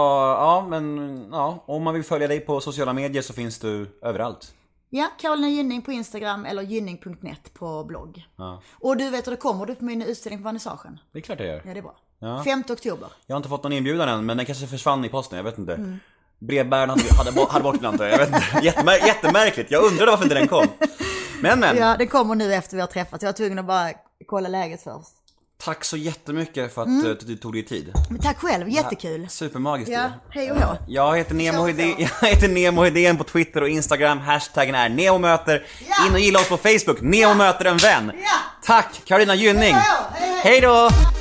om man vill följa dig på sociala medier så finns du överallt. Ja, Carolina Gynning på Instagram eller gynning.net på blogg. Och du vet hur det kommer du på min utställning på Vernissagen? Det är klart jag gör. Ja, det är bra. 5 oktober. Jag har inte fått någon inbjudan än, men den kanske försvann i posten, jag vet inte. Brevbäraren hade bort den, antar jag vet inte. Jättemärkligt, jag undrade varför inte den kom. Men. Ja, den kommer nu efter vi har träffat. Jag var tvungen att bara kolla läget först. Tack så jättemycket för att du tog dig tid. Men tack själv, jättekul. Supermagiskt. Ja, hej och hå. Jag heter Nemo Hedén på Twitter och Instagram. Hashtaggen är NEMOMÖTER. In och gilla oss på Facebook. Nemo möter en vän. Tack, Carolina Gynning. Hej då!